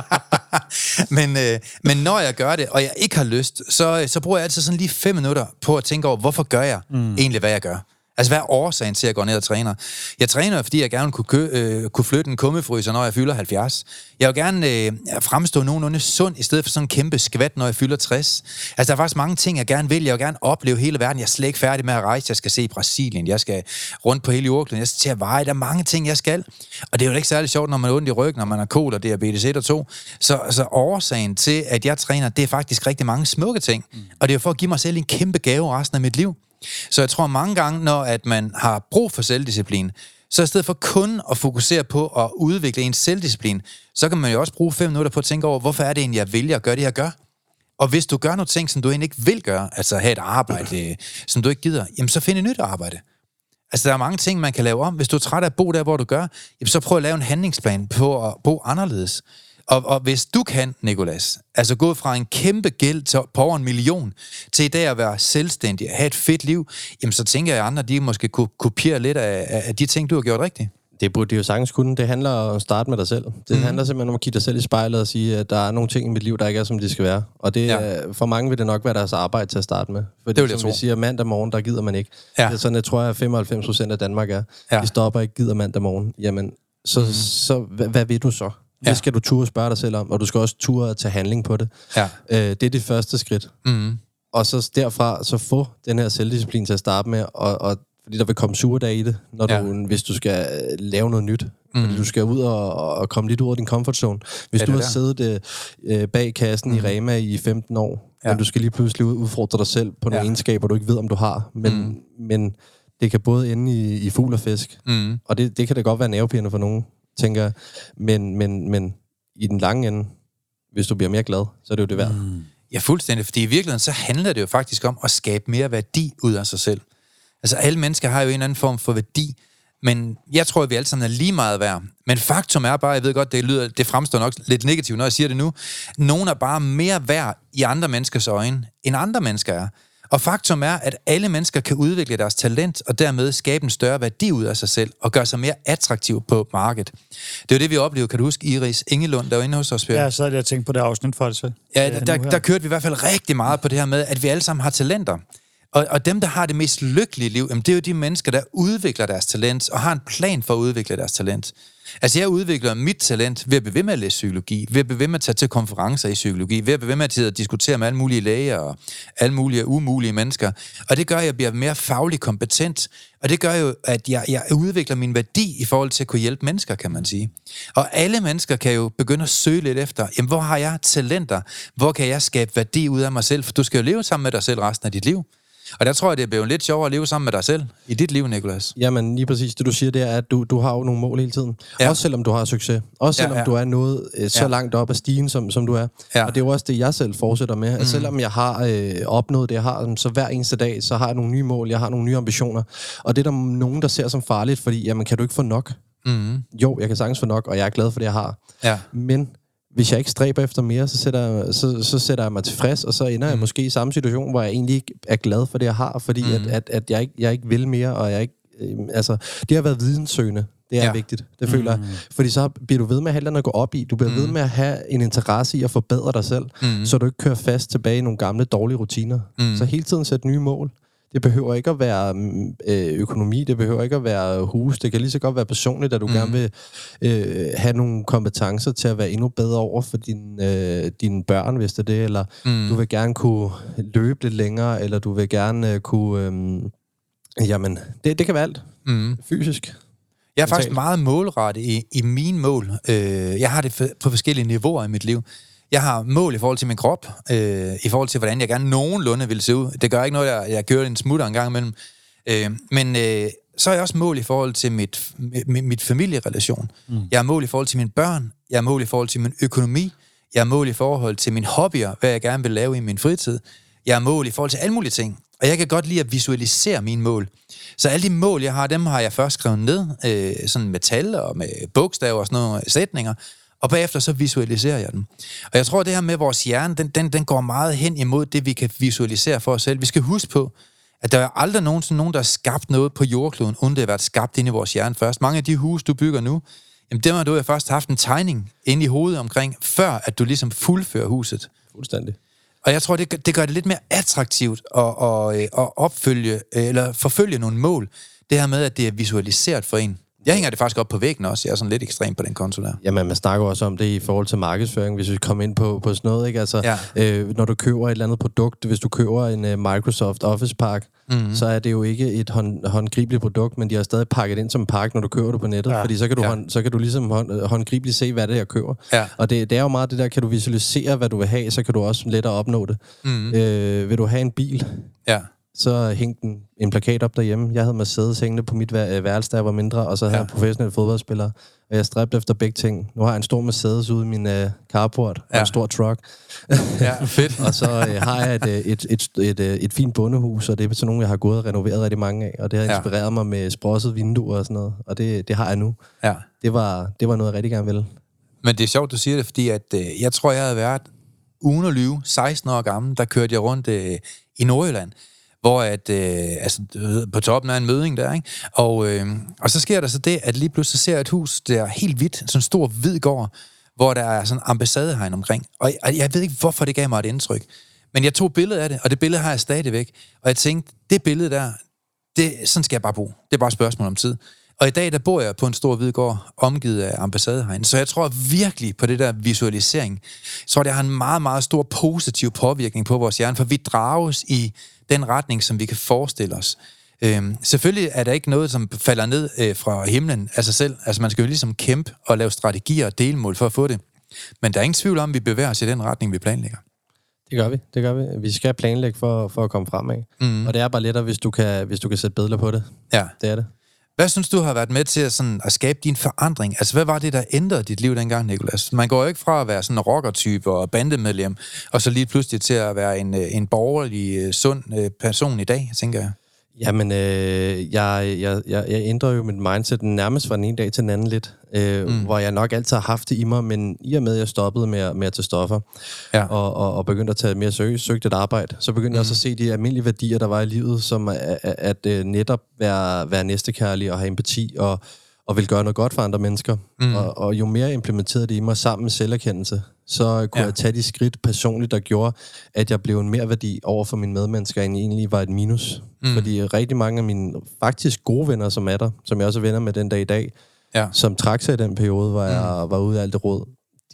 men, øh, men når jeg gør det, og jeg ikke har lyst, så, så bruger jeg altid sådan lige fem minutter på at tænke over, hvorfor gør jeg mm. egentlig, hvad jeg gør? Altså, hvad er årsagen til, at jeg går ned og træner? Jeg træner, fordi jeg gerne kunne, kø, øh, kunne flytte en kummefryser, når jeg fylder halvfjerds. Jeg vil gerne øh, fremstå nogenlunde sund, i stedet for sådan en kæmpe skvat, når jeg fylder tres. Altså, der er faktisk mange ting, jeg gerne vil. Jeg vil gerne opleve hele verden. Jeg er slet ikke færdig med at rejse. Jeg skal se Brasilien. Jeg skal rundt på hele jordkloden. Jeg skal til at veje. Der er mange ting, jeg skal. Og det er jo ikke særlig sjovt, når man er ondt i ryggen, når man har kol og diabetes et og to. Så, så årsagen til, at jeg træner, det er faktisk rigtig mange smukke ting. Mm. Og det er jo for at give mig selv en kæmpe gave resten af mit liv. Så jeg tror mange gange, når at man har brug for selvdisciplin, så i stedet for kun at fokusere på at udvikle en selvdisciplin, så kan man jo også bruge fem minutter på at tænke over, hvorfor er det egentlig, jeg vælger at gøre det, jeg gør. Og hvis du gør nogle ting, som du egentlig ikke vil gøre, altså have et arbejde, som du ikke gider, jamen så find et nyt arbejde. Altså der er mange ting, man kan lave om. Hvis du er træt af at bo der, hvor du gør, jamen så prøv at lave en handlingsplan på at bo anderledes. Og, og hvis du kan, Nicolas, altså gå fra en kæmpe gæld til, på over en million, til i dag at være selvstændig, have et fedt liv, jamen så tænker jeg, at andre de måske kunne kopiere lidt af, af de ting, du har gjort rigtigt. Det burde de jo sagtens kunne. Det handler om at starte med dig selv. Det mm. handler simpelthen om at kigge dig selv i spejlet og sige, at der er nogle ting i mit liv, der ikke er, som de skal være. Og det, ja. For mange vil det nok være deres arbejde til at starte med. Fordi, det som vi siger, mandag morgen, der gider man ikke. Ja. Det er sådan, jeg tror, at femoghalvfems procent af Danmark er. Ja. De stopper ikke, gider mandag morgen. Jamen, så, mm. så hvad, hvad vil du så? Det ja. skal du turde spørge dig selv om, og du skal også turde at tage handling på det. Ja. Øh, det er det første skridt. Mm. Og så derfra, så få den her selvdisciplin til at starte med, og, og fordi der vil komme sure dage i det, når du, ja. hvis du skal lave noget nyt. Mm. Fordi du skal ud og, og komme lidt ud af din comfort zone. Hvis du har der? siddet øh, bag kassen mm. i Rema i femten år, ja. men du skal lige pludselig udfordre dig selv på nogle ja. egenskaber, du ikke ved, om du har. Men, mm. men det kan både ende i, i fugl og fisk. Mm. Og det, det kan da godt være nervepirrende for nogen, tænker jeg. Men, men, men i den lange ende, hvis du bliver mere glad, så er det jo det værd. Mm. Ja, fuldstændig. Fordi i virkeligheden, så handler det jo faktisk om at skabe mere værdi ud af sig selv. Altså, alle mennesker har jo en eller anden form for værdi, men jeg tror, at vi alle sammen er lige meget værd. Men faktum er bare, jeg ved godt, det, lyder, det fremstår nok lidt negativt, når jeg siger det nu, nogen er bare mere værd i andre menneskers øjne, end andre mennesker er. Og faktum er, at alle mennesker kan udvikle deres talent, og dermed skabe en større værdi ud af sig selv, og gøre sig mere attraktiv på markedet. Det er jo det, vi oplever. Kan du huske Iris Engelund, der var inde hos os? Ja, så havde jeg tænkt på det afsnit for det selv. Ja, der, der, der kørte vi i hvert fald rigtig meget på det her med, at vi alle sammen har talenter. Og, og dem, der har det mest lykkelige liv, jamen, det er jo de mennesker, der udvikler deres talent, og har en plan for at udvikle deres talent. Altså, jeg udvikler mit talent ved at blive ved med at læse psykologi, ved at blive ved med at tage til konferencer i psykologi, ved at blive ved med at diskutere med alle mulige læger og alle mulige umulige mennesker. Og det gør, at jeg bliver mere fagligt kompetent, og det gør jo, at jeg, jeg udvikler min værdi i forhold til at kunne hjælpe mennesker, kan man sige. Og alle mennesker kan jo begynde at søge lidt efter, jamen, hvor har jeg talenter? Hvor kan jeg skabe værdi ud af mig selv? For du skal jo leve sammen med dig selv resten af dit liv. Og der tror jeg, det er blevet lidt sjovere at leve sammen med dig selv i dit liv, Nicolas. Jamen, lige præcis det, du siger, det er, at du, du har jo nogle mål hele tiden. Ja. Også selvom du har succes. Også selvom ja, ja. du er nået øh, så ja. langt op ad stigen, som, som du er. Ja. Og det er jo også det, jeg selv fortsætter med. At mm. selvom jeg har øh, opnået det, jeg har, så hver eneste dag, så har jeg nogle nye mål, jeg har nogle nye ambitioner. Og det er der nogen, der ser som farligt, fordi, jamen, kan du ikke få nok? Mm. Jo, jeg kan sagtens få nok, og jeg er glad for det, jeg har. Ja. Men hvis jeg ikke stræber efter mere, så sætter, så, så sætter jeg mig tilfreds, og så ender mm. jeg måske i samme situation, hvor jeg egentlig ikke er glad for det, jeg har, fordi mm. at, at, at jeg, ikke, jeg ikke vil mere, og jeg ikke... Øh, altså, det har været videnssøgende. Det er ja. vigtigt, det føler jeg. Mm. Fordi så bliver du ved med at have noget at gå op i. Du bliver mm. ved med at have en interesse i at forbedre dig selv, mm. så du ikke kører fast tilbage i nogle gamle, dårlige rutiner. Mm. Så hele tiden sætte nye mål. Det behøver ikke at være øh, økonomi, det behøver ikke at være hus, det kan lige så godt være personligt, at du mm. gerne vil øh, have nogle kompetencer til at være endnu bedre over for din, øh, dine børn, hvis det er det, eller mm. du vil gerne kunne løbe lidt længere, eller du vil gerne øh, kunne... Øh, jamen, det, det kan være alt. Mm. Fysisk. Jeg er faktisk meget målrettet i, i mine mål. Øh, jeg har det på forskellige niveauer i mit liv. Jeg har mål i forhold til min krop, øh, i forhold til, hvordan jeg gerne nogenlunde vil se ud. Det gør ikke noget, jeg, jeg kører en smutter en gang imellem. Øh, men øh, så er jeg også mål i forhold til mit, mit, mit familierelation. Mm. Jeg har mål i forhold til mine børn. Jeg har mål i forhold til min økonomi. Jeg har mål i forhold til mine hobbyer, hvad jeg gerne vil lave i min fritid. Jeg har mål i forhold til alle mulige ting. Og jeg kan godt lide at visualisere mine mål. Så alle de mål, jeg har, dem har jeg først skrevet ned, øh, sådan med tal og med bogstaver og sådan nogle sætninger. og bagefter så visualiserer jeg dem. Og jeg tror, det her med vores hjerne, den, den, den går meget hen imod det, vi kan visualisere for os selv. Vi skal huske på, at der er aldrig nogensinde nogen, der har skabt noget på jordkloden, uden det har været skabt inde i vores hjerne først. Mange af de huse, du bygger nu, jamen dem har du jo først haft en tegning inde i hovedet omkring, før at du ligesom fuldfører huset. Fuldstændig. Og jeg tror, det, det gør det lidt mere attraktivt at, at, at opfølge, eller forfølge nogle mål. Det her med, at det er visualiseret for en. Jeg hænger det faktisk op på væggen også. Jeg er sådan lidt ekstrem på den konto der. Jamen, man snakker også om det i forhold til markedsføring, hvis vi kommer ind på, på sådan noget, ikke? Altså, ja. øh, når du køber et eller andet produkt, hvis du køber en uh, Microsoft Office Park, mm-hmm. så er det jo ikke et hånd, håndgribeligt produkt, men de har stadig pakket ind som en pakke, når du køber det på nettet, ja. Fordi så kan du, ja. hånd, så kan du ligesom hånd, håndgribeligt se, hvad det er, jeg køber. Ja. Og det, det er jo meget det der, kan du visualisere, hvad du vil have, så kan du også lettere opnå det. Mm-hmm. Øh, vil du have en bil? Ja. Så hængte en, en plakat op derhjemme. Jeg havde Mercedes hængende på mit værelse, da jeg var mindre, og så havde ja. jeg professionelle fodboldspillere. Og jeg stræbte efter begge ting. Nu har jeg en stor Mercedes ude i min uh, carport, ja. og en stor truck. Ja, fedt. Og så uh, har jeg et, et, et, et, et, et fint bondehus, og det er sådan nogle, jeg har gået og renoveret rigtig mange af. Og det har ja. inspireret mig med sprossede vinduer og sådan noget. Og det, det har jeg nu. Ja. Det, var, det var noget, jeg rigtig gerne ville. Men det er sjovt, du siger det, fordi at, øh, jeg tror, jeg havde været uden at lyve, seksten år gammel, der kørte jeg rundt øh, i Nordjylland, hvor at, øh, altså, på toppen er en møding der, ikke? Og, øh, og så sker der så det, at lige pludselig ser jeg et hus, der er helt hvidt, sådan en stor hvid gård, hvor der er sådan en ambassadehegn omkring. Og jeg, jeg ved ikke, hvorfor det gav mig et indtryk. Men jeg tog et billede af det, og det billede har jeg stadigvæk. Og jeg tænkte, det billede der, det, sådan skal jeg bare bo. Det er bare et spørgsmål om tid. Og i dag, der bor jeg på en stor hvid gård, omgivet af ambassadehegn. Så jeg tror virkelig på det der visualisering. Jeg tror, det har en meget, meget stor positiv påvirkning på vores hjerne, for vi drages i den retning, som vi kan forestille os. Øhm, selvfølgelig er der ikke noget, som falder ned øh, fra himlen af sig selv. Altså man skal jo ligesom kæmpe og lave strategier og delmål for at få det. Men der er ingen tvivl om, at vi bevæger os i den retning, vi planlægger. Det gør vi, det gør vi. Vi skal planlægge for, for at komme fremad. Mm. Og det er bare lettere, hvis du kan, hvis du kan sætte billeder på det. Ja. Det er det. Hvad synes du har været med til at, sådan, at skabe din forandring? Altså, hvad var det, der ændrede dit liv dengang, Nicolas? Man går jo ikke fra at være sådan en rockertype og bandemedlem, og så lige pludselig til at være en, en borgerlig, sund person i dag, tænker jeg. Jamen, øh, jeg, jeg, jeg, jeg ændrer jo mit mindset nærmest fra den ene dag til den anden lidt, øh, mm. hvor jeg nok altid har haft det i mig, men i og med, at jeg stoppede med, med at tage stoffer, ja. og, og, og begyndte at tage mere seriøst, søgte et arbejde, så begyndte mm. jeg også at se de almindelige værdier, der var i livet, som at, at, at, at netop være, være næstekærlig og have empati, og, og vil gøre noget godt for andre mennesker. Mm. Og, og jo mere jeg implementerede det i mig sammen med selverkendelse, så kunne ja. jeg tage de skridt personligt, der gjorde, at jeg blev en mere værdi over for mine medmennesker, end egentlig var et minus. Mm. Fordi rigtig mange af mine faktisk gode venner, som er der, som jeg også er venner med den dag i dag, ja. som trak sig i den periode, hvor jeg mm. var ude af alt det råd,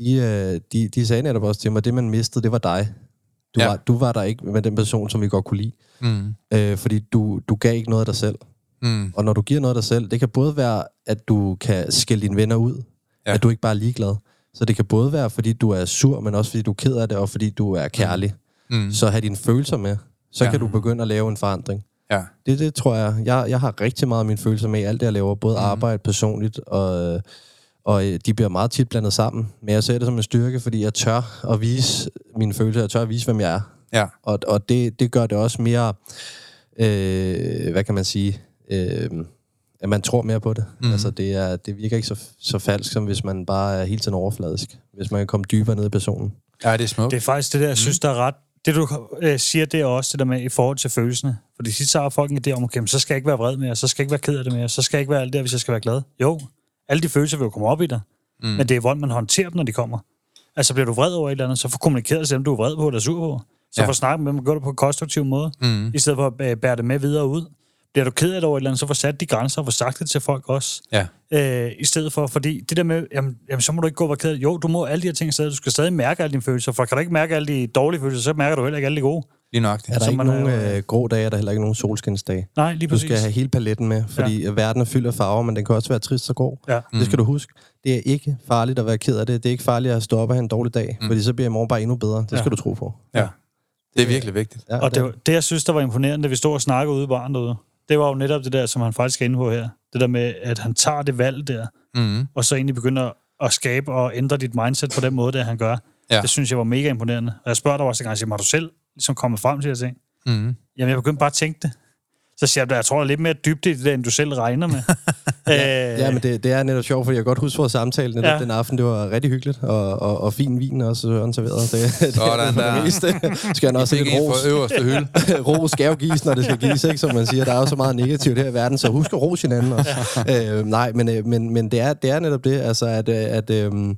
de, de, de sagde netop også til mig, det man mistede, det var dig. Du, ja. var, du var der ikke med den person, som vi godt kunne lide. Mm. Øh, fordi du, du gav ikke noget af dig selv. Mm. Og når du giver noget af dig selv, det kan både være, at du kan skælde dine venner ud, ja. at du ikke bare er ligeglad. Så det kan både være, fordi du er sur, men også fordi du er ked af det, og fordi du er kærlig. Mm. Så have dine følelser med, så ja. kan du begynde at lave en forandring. Ja. Det, det tror jeg. jeg. Jeg har rigtig meget af mine følelser med i alt det, jeg laver. Både mm. arbejde, personligt, og, og de bliver meget tit blandet sammen. Men jeg ser det som en styrke, fordi jeg tør at vise mine følelser. Jeg tør at vise, hvem jeg er. Ja. Og, og det, det gør det også mere, øh, hvad kan man sige... Øh, at man tror mere på det. Mm. Altså, det, er, det virker ikke så, så falsk, som hvis man bare er helt sådan overfladisk. Hvis man kan komme dybere ned i personen. Ja, det er smukt. Det er faktisk det der, jeg synes, der er ret. Det, du øh, siger, det er også det der med i forhold til følelserne. Fordi sidst så har folk en idé om, okay, så skal jeg ikke være vred mere, så skal jeg ikke være ked af det mere, så skal jeg ikke være alt det, hvis jeg skal være glad. Jo, alle de følelser vil jo komme op i dig. Mm. Men det er hvordan man håndterer dem, når de kommer. Altså, bliver du vred over et eller andet, så får kommunikeret til dem, du er vred på eller sur på. Så ja. får snakket med dem og gør det på en konstruktiv måde, mm. i stedet for at bære det med videre ud. Bliver du ked af det over et eller andet, så får sat de grænser og får sagt det til folk også. Ja. Øh, I stedet for, fordi det der med, jamen, jamen så må du ikke gå og være ked af det. Jo, du må alle de her ting stadig. Du skal stadig mærke alle dine følelser, for kan du ikke mærke alle de dårlige følelser, så mærker du heller ikke alle de gode. Lige nok. Er der så ikke nogen er, øh, grå dage, er der heller ikke nogen solskinsdage. Nej, lige præcis. Du skal have hele paletten med, fordi ja. verden er fyldt af farver, men den kan også være trist og grå. Ja. Det skal du huske. Det er ikke farligt at være ked af det. Det er ikke farligt at stå op og have en dårlig dag, mm. fordi så bliver i morgen bare endnu bedre. Det skal ja. du tro på. Ja. Det er virkelig vigtigt. Ja, og det, det, det, jeg synes, der var imponerende, da vi stod og snakkede ude i baren derude, det var jo netop det der, som han faktisk er inde på her. Det der med, at han tager det valg der, mm. og så egentlig begynder at skabe og ændre dit mindset på den måde, det han gør. Ja. Det synes jeg var mega imponerende. Og jeg spørger dig også en gang, siger, har du selv ligesom kommet frem til at ting? Mm. Jamen, jeg begyndte bare at tænke det. Så siger jeg, jeg tror, der er lidt mere dybde i det der, end du selv regner med. Ja, ja men det, det er netop sjovt, fordi jeg godt husker vores samtale netop ja. den aften. Det var rigtig hyggeligt, og, og, og fin vin også Søren serveret. Det, det, det er for det meste. Skal jeg også lidt ros. Øverste hylde. Ros skal jo gives, når det skal gives, ikke? Som man siger. Der er jo så meget negativt her i verden, så husk at rose hinanden også. Ja. Øh, nej, men, men, men det, er, det er netop det, altså at... at øhm,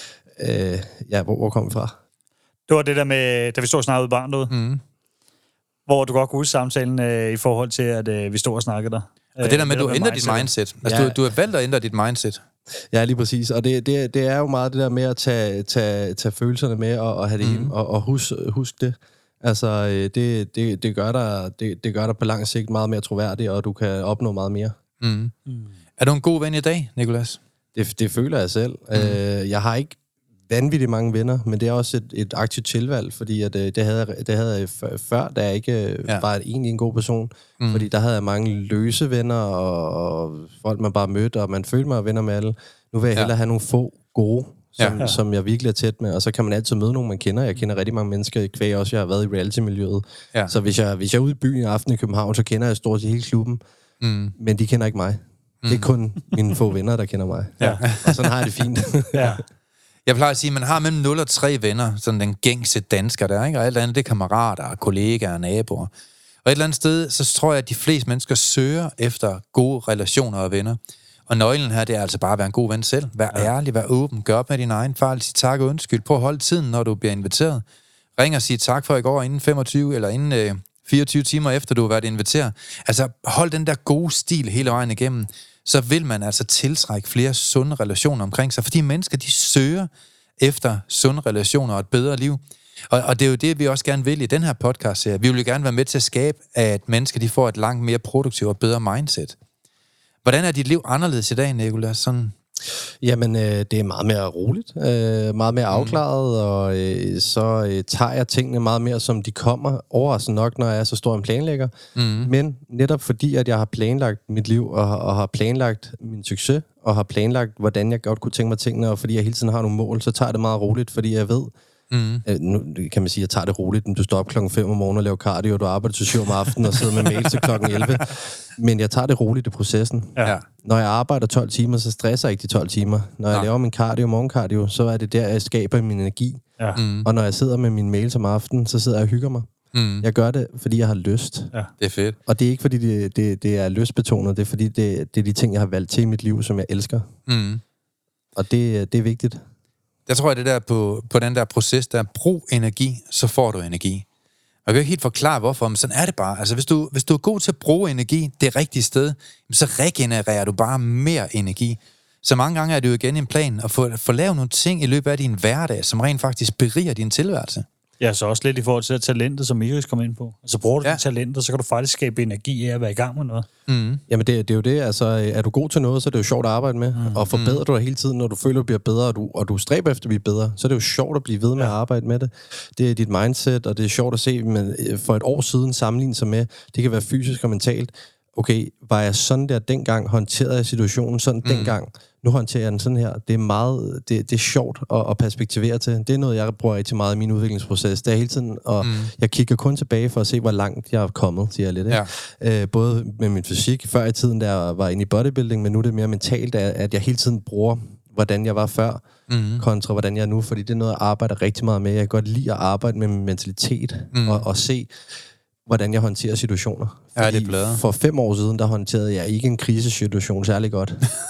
øh, ja, hvor, hvor kom vi fra? Det var det der med, da vi stod og snakkede ud i barn derude. Mm. Hvor du godt kunne huske samtalen øh, i forhold til, at øh, vi stod og snakkede der. Og det der med, at du ændrer dit mindset. Altså, ja. du, du har valgt at ændre dit mindset. Ja, lige præcis. Og det, det, det er jo meget det der med at tage, tage, tage følelserne med og, og have det mm. hjem, og, og huske husk det. Altså, det, det, det, gør dig, det, det gør dig på lang sigt meget mere troværdig, og du kan opnå meget mere. Mm. Mm. Er du en god ven i dag, Nicolas? Det, det føler jeg selv. Mm. Øh, jeg har ikke vanvittigt mange venner, men det er også et, et aktivt tilvalg, fordi at, det, havde, det havde jeg før, da jeg ikke ja. var egentlig en god person. Mm. Fordi der havde jeg mange løse venner, og, og folk, man bare mødte, og man følte mig venner med alle. Nu vil jeg hellere ja. have nogle få gode, som, ja. som jeg virkelig er tæt med, og så kan man altid møde nogen, man kender. Jeg kender rigtig mange mennesker, kvæg også, jeg har været i reality-miljøet. Ja. Så hvis jeg, hvis jeg er ude i byen i aften i København, så kender jeg stort set hele klubben, mm. men de kender ikke mig. Mm. Det er kun mine få venner, der kender mig. Ja. Og sådan har jeg det fint. Ja. Jeg plejer at sige, at man har mellem nul og tre venner, sådan den gængse dansker der, ikke? Og alt andet, det er kammerater, kollegaer, naboer. Og et eller andet sted, så tror jeg, at de fleste mennesker søger efter gode relationer og venner. Og nøglen her, det er altså bare at være en god ven selv. Vær ja. ærlig, vær åben, gør op med din egen fejl, sig tak og undskyld. Prøv at holde tiden, når du bliver inviteret. Ring og sig tak for i går inden femogtyve eller inden øh, fireogtyve timer efter, du har været inviteret. Altså, hold den der gode stil hele vejen igennem. Så vil man altså tiltrække flere sunde relationer omkring sig, fordi mennesker, de søger efter sunde relationer og et bedre liv. Og, og det er jo det, vi også gerne vil i den her podcast-serie. Vi vil jo gerne være med til at skabe, at mennesker, de får et langt mere produktivt og bedre mindset. Hvordan er dit liv anderledes i dag, Nicolas? Sådan... Jamen, øh, det er meget mere roligt, øh, meget mere afklaret, mm. og øh, så øh, tager jeg tingene meget mere, som de kommer, overraskende nok, når jeg er så stor en planlægger. Mm. Men netop fordi, at jeg har planlagt mit liv, og, og har planlagt min succes, og har planlagt, hvordan jeg godt kunne tænke mig tingene, og fordi jeg hele tiden har nogle mål, så tager jeg det meget roligt, fordi jeg ved, Mm. Øh, nu kan man sige, at jeg tager det roligt, men du står op klokken fem om morgenen og laver cardio, og du arbejder til syv om aftenen og sidder med mail til klokken elleve. Men jeg tager det roligt i processen. Ja. Når jeg arbejder tolv timer, så stresser jeg ikke de tolv timer. Når jeg ja. laver min cardio, morgencardio, så er det der, jeg skaber min energi. Ja. Mm. Og når jeg sidder med min mail om aftenen, så sidder jeg og hygger mig. Mm. Jeg gør det, fordi jeg har lyst. Ja. Det er fedt. Og det er ikke, fordi det, det, det er lystbetonet, det er, fordi det, det er de ting, jeg har valgt til i mit liv, som jeg elsker. Mm. Og det, det er vigtigt. Jeg tror, at det der på, på den der proces, der brug energi, så får du energi. Jeg kan ikke helt forklare, hvorfor, men sådan er det bare. Altså, hvis du, hvis du er god til at bruge energi det rigtige sted, så regenererer du bare mere energi. Så mange gange er det jo igen en plan at få, få lavet nogle ting i løbet af din hverdag, som rent faktisk beriger din tilværelse. Ja, så også lidt i forhold til det talentet, som Iris kom ind på. Altså bruger du ja. dit talent, så kan du faktisk skabe energi af at være i gang med noget. Mm. Jamen det, det er jo det, altså er du god til noget, så er det jo sjovt at arbejde med. Mm. Og forbedrer mm. du dig hele tiden, når du føler, du bliver bedre, og du, og du stræber efter at blive bedre, så er det jo sjovt at blive ved med ja. at arbejde med det. Det er dit mindset, og det er sjovt at se med, for et år siden sammenligne sig med, det kan være fysisk og mentalt. Okay, var jeg sådan der dengang, håndterede jeg situationen sådan mm. dengang, nu håndterer jeg den sådan her. Det er meget, det, det er sjovt at, at perspektivere til. Det er noget, jeg bruger rigtig meget i min udviklingsproces. Det er hele tiden, og mm. jeg kigger kun tilbage for at se, hvor langt jeg er kommet, siger jeg lidt. Ikke? Ja. Øh, både med min fysik, før i tiden, da jeg var inde i bodybuilding, men nu er det mere mentalt, at jeg hele tiden bruger, hvordan jeg var før, mm. kontra hvordan jeg er nu, fordi det er noget, jeg arbejder rigtig meget med. Jeg kan godt lide at arbejde med min mentalitet, mm. og, og se, hvordan jeg håndterer situationer. Ja, det er bladet. For fem år siden, der håndterede jeg ikke en krisesituation særlig godt.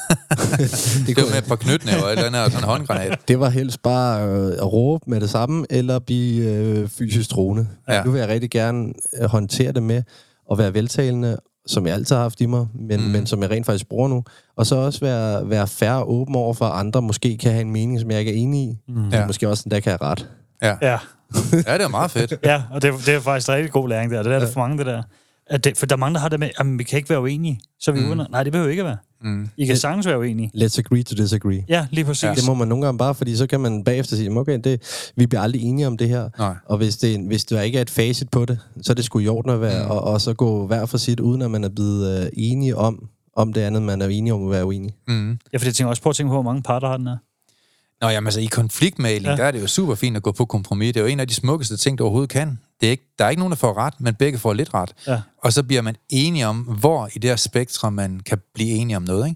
det, det var med et par knytnæver eller andet, og sådan en håndgranat. Det var helst bare øh, at råbe med det samme, eller blive øh, fysisk troende. Ja. Nu vil jeg rigtig gerne øh, håndtere det med at være veltalende, som jeg altid har haft i mig, men, mm. men som jeg rent faktisk bruger nu. Og så også være, være fair og åben over for, at andre måske kan have en mening, som jeg ikke er enig i. Mm. Ja. Måske også endda kan have ret. Ja. ja. Ja, det er meget fedt. Ja, og det, det er faktisk en rigtig god læring der. Det er ja. der for mange, det der. At det, for der er mange, der har det med, at vi kan ikke være uenige. Så er vi mm. uenige. Nej, det behøver ikke at være. Mm. I kan sagtens være uenige. Let's agree to disagree. Ja, lige præcis. Ja. Det må man nogle gange bare, fordi så kan man bagefter sige, okay, det, vi bliver aldrig enige om det her. Nej. Og hvis, det, hvis der ikke er et facit på det, så er det sgu i orden at være, mm. og, og så gå hver for sit, uden at man er blevet uh, enige om, om det andet, man er enige om at være uenige. Mm. Ja, for jeg tænker også på at tænke på, hvor mange parter har den her. Nå, jamen altså, i konfliktmægling, ja. der er det jo super fint at gå på kompromis. Det er jo en af de smukkeste ting, du overhovedet kan. Det er ikke, der er ikke nogen, der får ret, men begge får lidt ret. Ja. Og så bliver man enige om, hvor i det her spektrum man kan blive enige om noget, ikke?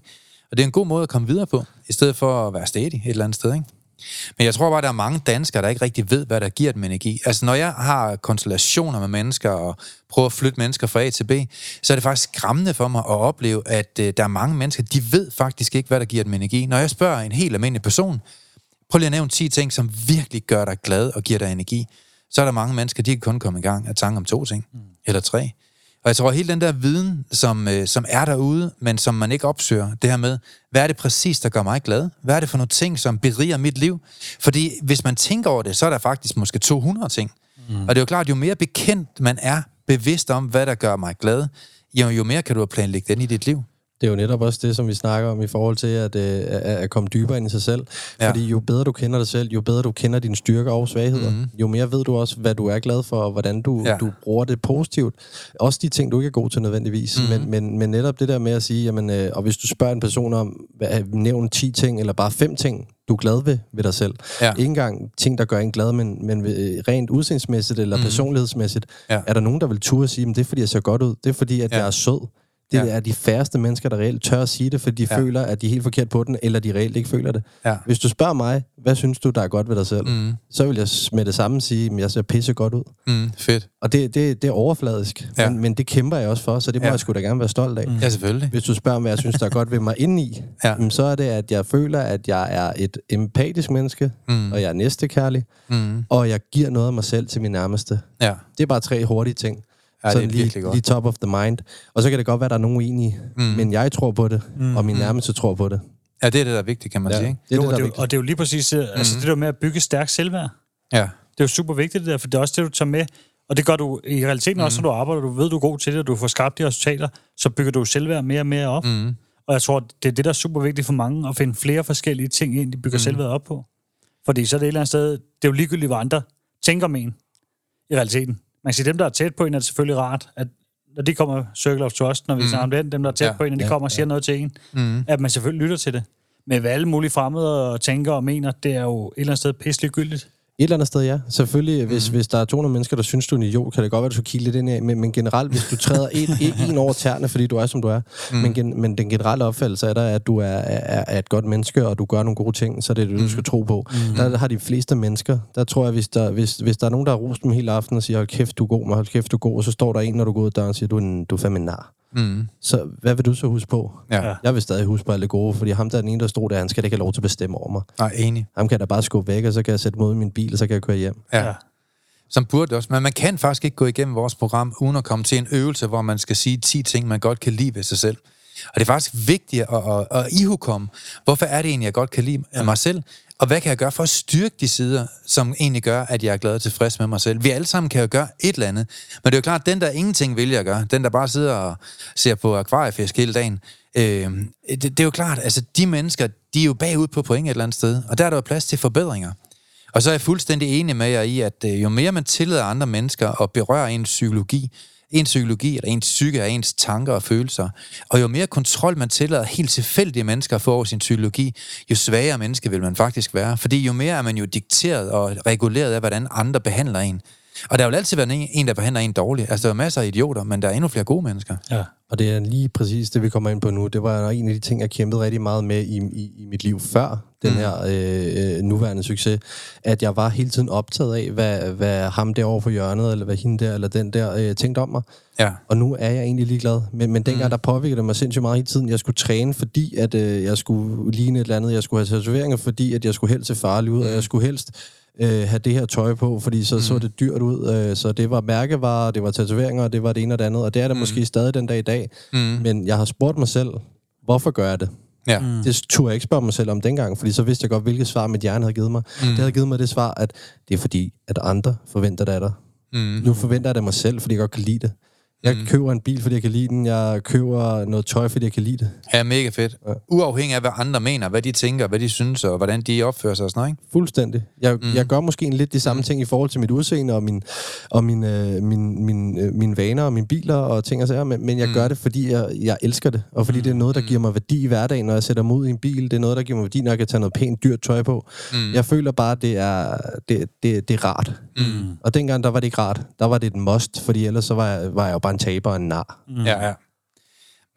Og det er en god måde at komme videre på, i stedet for at være stædig et eller andet sted, ikke? Men jeg tror bare, der er mange danskere, der ikke rigtig ved, hvad der giver dem energi. Altså, når jeg har konstellationer med mennesker og prøver at flytte mennesker fra A til B, så er det faktisk skræmmende for mig at opleve, at øh, der er mange mennesker, de ved faktisk ikke, hvad der giver dem energi. Når jeg spørger en helt almindelig person, prøv lige at nævne ti ting, som virkelig gør dig glad og giver dig energi, så er der mange mennesker, de kan kun komme i gang af tanke om to ting, mm. eller tre. Og jeg tror, at hele den der viden, som, øh, som er derude, men som man ikke opsøger, det her med, hvad er det præcis, der gør mig glad? Hvad er det for nogle ting, som beriger mit liv? Fordi hvis man tænker over det, så er der faktisk måske to hundrede ting. Mm. Og det er jo klart, jo mere bekendt man er bevidst om, hvad der gør mig glad, jo, jo mere kan du planlægge den i dit liv. Det er jo netop også det, som vi snakker om i forhold til at, øh, at komme dybere ind i sig selv. Ja. Fordi jo bedre du kender dig selv, jo bedre du kender dine styrker og svagheder, mm-hmm. jo mere ved du også, hvad du er glad for, og hvordan du, ja. du bruger det positivt. Også de ting, du ikke er god til nødvendigvis. Mm-hmm. Men, men, men netop det der med at sige, jamen, øh, og hvis du spørger en person om, hvad, nævn ti ting, eller bare fem ting, du er glad ved ved dig selv. Ja. Ikke engang ting, der gør en glad, men, men rent udseendsmæssigt eller mm-hmm. personlighedsmæssigt, ja. Er der nogen, der vil turde at sige, at det er fordi, jeg ser godt ud, det er fordi, at ja. jeg er sød. Det ja. er de færreste mennesker, der reelt tør at sige det, fordi de ja. føler, at de er helt forkert på den, eller de reelt ikke føler det. Ja. Hvis du spørger mig, hvad synes du, der er godt ved dig selv? Mm. Så vil jeg med det samme sige, at jeg ser pisse godt ud. Mm, fedt. Og det, det, det er overfladisk, ja. men, men det kæmper jeg også for, så det må ja. jeg sgu da gerne være stolt af. Mm. Ja, selvfølgelig. Hvis du spørger, hvad jeg synes, der er godt ved mig indeni, ja. så er det, at jeg føler, at jeg er et empatisk menneske, mm. og jeg er næstekærlig, mm. og jeg giver noget af mig selv til min nærmeste. Ja. Det er bare tre hurtige ting. Ja, sådan lige, lige top of the mind. Og så kan det godt være, der er nogen uenige, mm. men jeg tror på det, mm. og min nærmeste tror på det. Ja, det er det, der er vigtigt, kan man ja, sige. Ikke? Det er jo, det, der er og det er jo lige præcis altså, mm. det der med at bygge stærk selvværd. Ja. Det er jo super vigtigt, det der, for det er også det, du tager med. Og det gør du i realiteten mm. også, når du arbejder. Du ved, du er god til det, og du får skabt de resultater, så bygger du selvværd mere og mere op. Mm. Og jeg tror, det er det, der er super vigtigt for mange, at finde flere forskellige ting ind, de bygger mm. selvværd op på. Fordi så er det et eller andet sted, det er jo ligegyldigt, hvad andre tænker med en i realiteten. Man kan sige, dem, der er tæt på en, er det selvfølgelig rart, at når de kommer Circle of Trust, når vi mm. snakker om den, dem, der er tæt ja, på en, når de ja, kommer og siger ja. noget til en, mm. at man selvfølgelig lytter til det. Men hvad alle mulige fremmede og tænker og mener, det er jo et eller andet sted pisselig gyldigt. Et eller andet sted, ja. Selvfølgelig, mm. hvis, hvis der er to hundrede mennesker, der synes, du er en idiot, kan det godt være, at du skal kigge lidt ind i, men, men generelt, hvis du træder en, en over tæerne, fordi du er, som du er, mm. men, gen, men den generelle opfattelse er der, at du er, er, er et godt menneske, og du gør nogle gode ting, så det er det, du mm. skal tro på. Mm. Der har de fleste mennesker, der tror jeg, hvis der, hvis, hvis der er nogen, der har rost dem hele aften og siger, hold kæft, du er god, hold kæft, du er god, og så står der en, når du går ud der og siger, du er, en, du er fandme en nar. Mm. Så hvad vil du så huske på? Ja. Jeg vil stadig huske på alt det gode, fordi ham der er den ene, der stod der, han skal ikke have lov til at bestemme over mig. Nej, enig. Ham kan jeg da bare skubbe væk, og så kan jeg sætte mod i min bil, og så kan jeg køre hjem. Ja. Ja. Som burde også. Men man kan faktisk ikke gå igennem vores program, uden at komme til en øvelse, hvor man skal sige ti ting, man godt kan lide ved sig selv. Og det er faktisk vigtigt at, at, at ihukomme, hvorfor er det egentlig, jeg godt kan lide af mig selv, og hvad kan jeg gøre for at styrke de sider, som egentlig gør, at jeg er glad og tilfreds med mig selv. Vi alle sammen kan jo gøre et eller andet, men det er jo klart, at den, der ingenting vælger at gøre, den, der bare sidder og ser på akvariefisk hele dagen, øh, det, det er jo klart, altså de mennesker, de er jo bagud på point et eller andet sted, og der er der jo plads til forbedringer. Og så er jeg fuldstændig enig med jer i, at øh, jo mere man tillader andre mennesker at berøre ens psykologi, ens psykologi eller ens psyke og ens tanker og følelser, og jo mere kontrol man tillader helt tilfældige mennesker at få over sin psykologi, jo svagere menneske vil man faktisk være. Fordi jo mere er man jo dikteret og reguleret af, hvordan andre behandler en. Og der vil altid være en, der behandler en dårligt. Altså, der er masser af idioter, men der er endnu flere gode mennesker. Ja, og det er lige præcis det, vi kommer ind på nu. Det var en af de ting, jeg kæmpede rigtig meget med i, i, i mit liv før den her øh, nuværende succes, at jeg var hele tiden optaget af, hvad, hvad ham derovre på hjørnet, eller hvad hende der, eller den der, øh, tænkte om mig. Ja. Og nu er jeg egentlig ligeglad. Men, men dengang, mm. der påvirkede det mig sindssygt meget hele tiden. Jeg skulle træne, fordi at øh, jeg skulle ligne et eller andet. Jeg skulle have tatoveringer, fordi at jeg skulle helst se farlig ud, og jeg skulle helst Øh, have det her tøj på, fordi så mm. så det dyrt ud. Øh, så det var mærkevarer, det var tatoveringer, og det var det ene og det andet. Og det er der mm. måske stadig den dag i dag. Mm. Men jeg har spurgt mig selv, hvorfor gør jeg det? Ja. Mm. Det turde jeg ikke spørge mig selv om dengang, fordi så vidste jeg godt, hvilket svar mit hjerne havde givet mig. Mm. Det havde givet mig det svar, at det er fordi, at andre forventer det af dig. Mm. Nu forventer jeg det mig selv, fordi jeg godt kan lide det. Jeg mm. køber en bil, fordi jeg kan lide den. Jeg køber noget tøj, fordi jeg kan lide det. Ja, mega fedt. Ja. Uafhængig af, hvad andre mener, hvad de tænker, hvad de synes, og hvordan de opfører sig og sådan noget, ikke? Fuldstændig. Jeg, mm. jeg gør måske en lidt de samme ting i forhold til mit udseende og min, og min, øh, min, min, øh, mine vaner og mine biler og ting og sager, men, men jeg mm. gør det, fordi jeg, jeg elsker det, og fordi mm. det er noget, der giver mig værdi i hverdagen, når jeg sætter mig ud i en bil. Det er noget, der giver mig værdi, når jeg kan tage noget pænt, dyrt tøj på. Mm. Jeg føler bare, det er, det, det, det er rart. Mm. Og dengang, der var det ikke rart. Der var det et must, fordi ellers så var jeg, var jeg jo bare en taber og en nar. Mm. Ja, ja.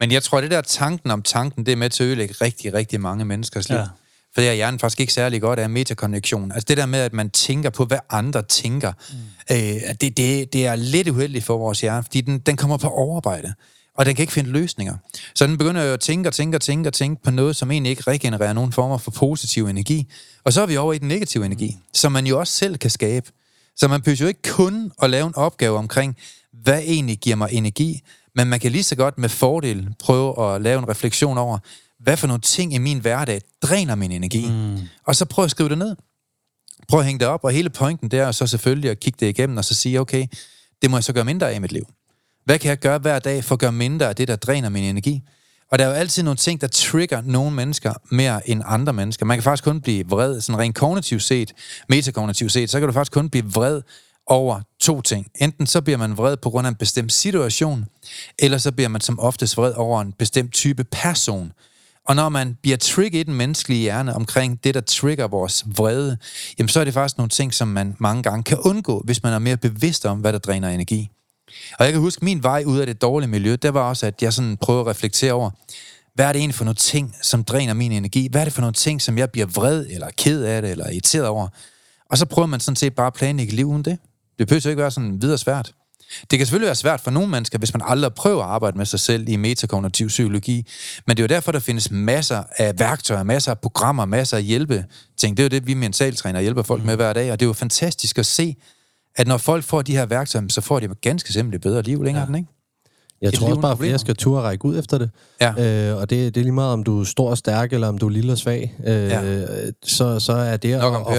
Men jeg tror, det der tanken om tanken, det er med til at ødelægge rigtig, rigtig mange menneskers liv. Ja. For det er hjernen faktisk ikke særlig godt af metakonnektion. Altså det der med, at man tænker på, hvad andre tænker, mm. øh, det, det, det er lidt uheldigt for vores hjerne, fordi den, den kommer på overarbejde, og den kan ikke finde løsninger. Så den begynder jo at tænke og tænke og tænke og tænke på noget, som egentlig ikke regenererer nogen former for positiv energi. Og så er vi over i den negative energi, som man jo også selv kan skabe. Så man behøver jo ikke kun at lave en opgave omkring, hvad egentlig giver mig energi, men man kan lige så godt med fordel prøve at lave en refleksion over, hvad for nogle ting i min hverdag dræner min energi. Mm. Og så prøv at skrive det ned. Prøv at hænge det op, og hele pointen der er så selvfølgelig at kigge det igennem, og så sige, okay, det må jeg så gøre mindre af i mit liv. Hvad kan jeg gøre hver dag for at gøre mindre af det, der dræner min energi? Og der er jo altid nogle ting, der trigger nogle mennesker mere end andre mennesker. Man kan faktisk kun blive vred, sådan rent kognitivt set, metakognitivt set, så kan du faktisk kun blive vred over to ting. Enten så bliver man vred på grund af en bestemt situation, eller så bliver man som oftest vred over en bestemt type person. Og når man bliver trigget i den menneskelige hjerne omkring det, der trigger vores vrede, jamen så er det faktisk nogle ting, som man mange gange kan undgå, hvis man er mere bevidst om, hvad der dræner energi. Og jeg kan huske, min vej ud af det dårlige miljø, det var også, at jeg sådan prøvede at reflektere over, hvad er det egentlig for nogle ting, som dræner min energi? Hvad er det for nogle ting, som jeg bliver vred, eller ked af det, eller irriteret over? Og så prøver man sådan set bare at planlægge liv uden det. Det behøver jo ikke være sådan videre svært. Det kan selvfølgelig være svært for nogle mennesker, hvis man aldrig prøver at arbejde med sig selv i metakognitiv psykologi, men det er jo derfor, der findes masser af værktøjer, masser af programmer, masser af hjælpe ting. Det er jo det, vi mentaltræner hjælper folk med hver dag, og det er jo fantastisk at se, at når folk får de her værktøjer, så får de ganske simpelt bedre liv længere, ja. Den, ikke? Jeg Et tror også bare, at flere skal turde række ud efter det. Ja. Øh, og det, det er lige meget, om du er stor og stærk, eller om du er lille og svag. Øh, ja. så, så er det... Nok om Per.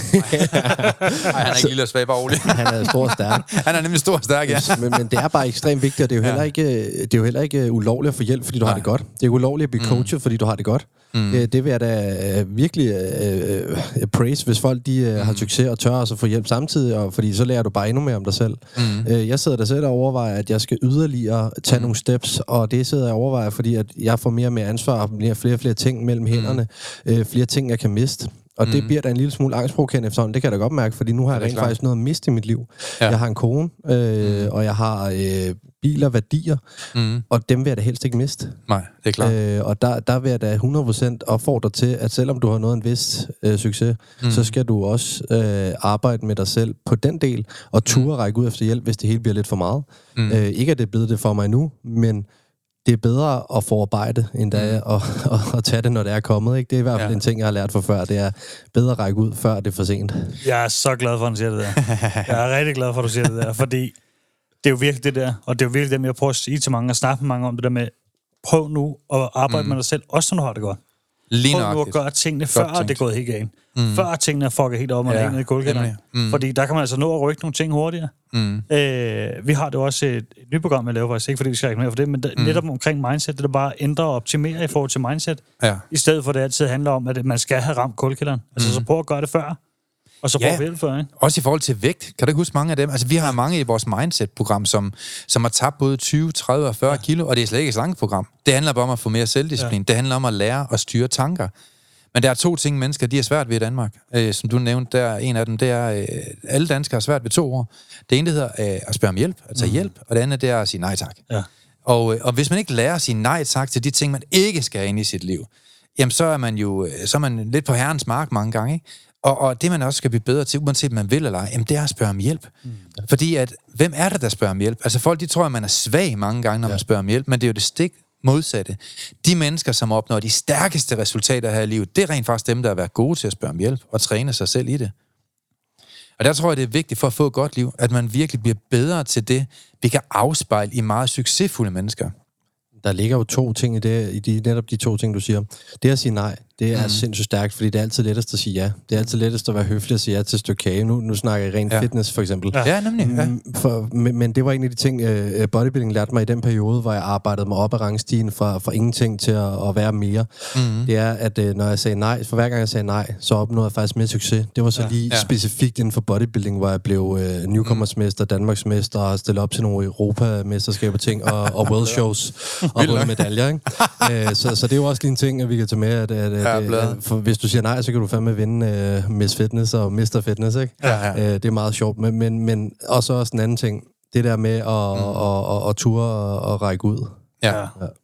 Nej, han er ikke lille og svag, bare rolig. Han er stor og stærk. Han er nemlig stor og stærk, ja. men, men det er bare ekstremt vigtigt, og det er jo heller ikke, det er jo heller ikke ulovligt at få hjælp, fordi du Nej. har det godt. Det er jo ulovligt at blive coachet, mm. fordi du har det godt. Mm. Det, det vil jeg da uh, virkelig uh, uh, praise, hvis folk de, uh, mm. har succes og tør også at få hjælp samtidig, og, fordi så lærer du bare endnu mere om dig selv. Mm. Uh, jeg sidder der selv og overvejer, at jeg skal yderligere tage mm. nogle steps, og det sidder jeg og overvejer, fordi at jeg får mere og mere ansvar, og flere og flere ting mellem hænderne, mm. uh, flere ting, jeg kan miste. Og mm. det bliver da en lille smule angstprovokerende efterhånden, det kan jeg da godt mærke, fordi nu har jeg rent faktisk noget at miste i mit liv. Ja. Jeg har en kone, øh, mm. og jeg har øh, biler, værdier, mm. og dem vil jeg da helst ikke miste. Nej, det er klart. Øh, og der, der vil jeg da hundrede procent opfordre til, at selvom du har nået en vis øh, succes, mm. så skal du også øh, arbejde med dig selv på den del, og ture række ud efter hjælp, hvis det hele bliver lidt for meget. Mm. Øh, ikke at det er blevet det for mig nu, men det er bedre at forarbejde, end da mm. at, at, at tage det, når det er kommet. Ikke? Det er i hvert fald ja. en ting, jeg har lært for før. Det er bedre at række ud, før det er for sent. Jeg er så glad for, at du siger det der. Jeg er rigtig glad for, at du siger det der, fordi det er jo virkelig det der, og det er jo virkelig det, jeg prøver at sige til mange, og snakke med mange om det der med, prøv nu at arbejde mm. med dig selv, også når du har det godt. Lige prøv nu at gøre tingene, før det er gået helt galt. Mm. Før tingene er fucket helt op, og ja. hænger i gulvkælderen. Mm. Fordi der kan man altså nå at rykke nogle ting hurtigere. Mm. Øh, vi har det også et, et nyt program, jeg laver faktisk, ikke fordi vi skal reklamere for det, men der, mm. netop omkring mindset, det er bare at ændre og optimere i forhold til mindset, ja. i stedet for at det altid handler om, at man skal have ramt gulvkælderen. Altså mm. så prøv at gøre det før. Og så får vi hjælp for, ikke? Også i forhold til vægt. Kan du ikke huske mange af dem? Altså, vi har mange i vores mindset-program, som, som har tabt både tyve, tredive og fyrre ja. kilo, og det er slet ikke et langt program. Det handler bare om at få mere selvdisciplin. Ja. Det handler om at lære at styre tanker. Men der er to ting, mennesker de er svært ved i Danmark. Øh, som du nævnte, der en af dem, det er, øh, alle danskere er svært ved to ord. Det ene, det hedder øh, at spørge om hjælp, at tage mm. hjælp, og det andet, det er at sige nej tak. Ja. Og, øh, og hvis man ikke lærer at sige nej tak til de ting, man ikke skal have inde i sit liv, jamen så er man jo så er man lidt på herrens mark mange gange, ikke? Og, og det, man også skal blive bedre til, uanset man vil eller ej, jamen det er at spørge om hjælp. Mm. Fordi at, hvem er det, der spørger om hjælp? Altså folk, de tror, at man er svag mange gange, når ja. man spørger om hjælp, men det er jo det stik modsatte. De mennesker, som opnår de stærkeste resultater her i livet, det er rent faktisk dem, der har været gode til at spørge om hjælp og træne sig selv i det. Og der tror jeg, det er vigtigt for at få et godt liv, at man virkelig bliver bedre til det, vi kan afspejle i meget succesfulde mennesker. Der ligger jo to ting i det, i de, netop de to ting, du siger. Det at sige nej, det er mm. sindssygt stærkt, fordi det er altid lettest at sige ja. Det er altid lettest at være høflig at sige ja til et stykke kage. Nu, nu snakker jeg rent ja. fitness, for eksempel. Ja, ja nemlig. Ja. For, men, men det var en af de ting, uh, bodybuilding lærte mig i den periode, hvor jeg arbejdede mig op ad rangstigen fra, fra ingenting til at, at være mere. Mm. Det er, at uh, når jeg sagde nej, for hver gang jeg sagde nej, så opnåede jeg faktisk mere succes. Det var så ja. lige ja. specifikt inden for bodybuilding, hvor jeg blev uh, newcomersmester, Danmarksmester, og stillet op til nogle Europamesterskaber ting, og, og world shows, og både medaljer. Ikke? uh, så, så det er jo også lige en ting, at vi kan tage med, at, at, ja, at for hvis du siger nej, så kan du fandme vinde uh, Miss Fitness og mister Fitness, ikke? Ja, ja. Uh, det er meget sjovt, men, men, men også også en anden ting, det der med at, mm. at, at, at ture og at række ud. Ja. ja.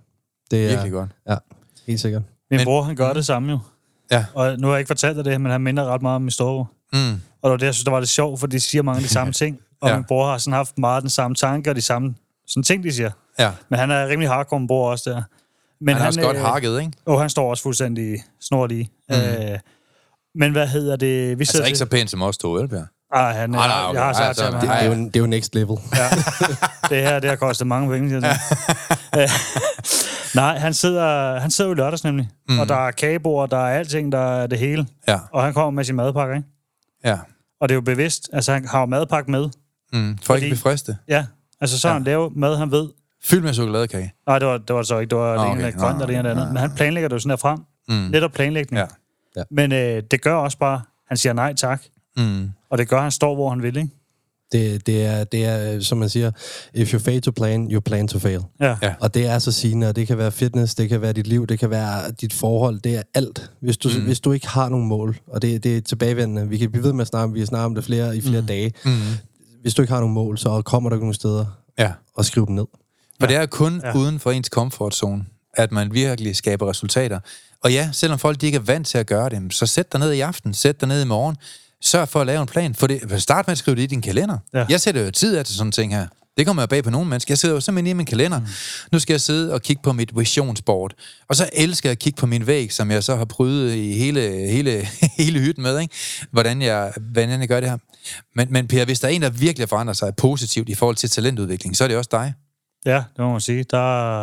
Det er virkelig godt. Ja, helt sikkert. Min Men, bror, han gør det samme jo. Ja. Og nu har jeg ikke fortalt dig det, men han minder ret meget om min storebror. Mm. Og det var det, jeg synes, der var lidt sjovt, for de siger mange af de samme ting. Og Ja. min bror har sådan haft meget den samme tanke, og de samme sådan ting, de siger. Ja. Men han er rimelig hardcore, min bror også der. Men han er også godt hakket, ikke? Og han står også fuldstændig snorlig. Mm. Øh, men hvad hedder det? Vi Altså ikke så pænt som os to, Elbjerg. Ah, han, Ah, nej, okay. jeg har sagt Altså, til ham, Det, han- det, er jo, det er jo next level. Ja. Det her, det har kostet mange penge, siger jeg. Nej, han sidder, han sidder jo i lørdags nemlig. Mm. Og der er kagebord, der er alting, der er det hele. Ja. Og han kommer med sin madpakke, ikke? Ja. Og det er jo bevidst. Altså, han har jo madpakke med. Mm. For ikke Fordi- at blive friste. Ja. Altså, så har Ja. han lavet mad, han ved. Fyldt med chokoladekage. Nej, det var, det var så ikke. Det var Nå, det okay. ene grønt Nå, og det ene og det andet. Men han planlægger det jo sådan der frem. Mm. Netop planlægning. Ja. Ja. Men øh, det gør også bare, han siger nej tak. Mm. Og det gør, han står, hvor han vil, ikke? Det, det, er, det er, som man siger, if you fail to plan, you plan to fail. Ja. Ja. Og det er så sigende, og det kan være fitness, det kan være dit liv, det kan være dit forhold, det er alt. Hvis du, mm. hvis du ikke har nogen mål, og det, det er tilbagevendende, vi kan blive ved med at snakke om, vi har snakket om det flere, i flere mm. dage. Mm. Hvis du ikke har nogen mål, så kommer du ikke nogen steder Ja. og skrive dem ned. For det er kun Ja. ja. uden for ens komfortzone, at man virkelig skaber resultater. Og ja, selvom folk de ikke er vant til at gøre det, så sæt dig ned i aften, sæt dig ned i morgen, sørg for at lave en plan. For det, start med at skrive det i din kalender. Ja. Jeg sætter jo tid af til sådan ting her. Det kommer jo bag på nogle mennesker. Jeg sidder jo simpelthen i min kalender. Mm. Nu skal jeg sidde og kigge på mit visionsboard. Og så elsker jeg at kigge på min væg, som jeg så har prydet i hele, hele, hele hytten med, ikke? Hvordan jeg, hvordan jeg gør det her. Men, men Per, hvis der er en, der virkelig forandrer sig positivt i forhold til talentudvikling, så er det også dig. Ja, det må man sige. Der...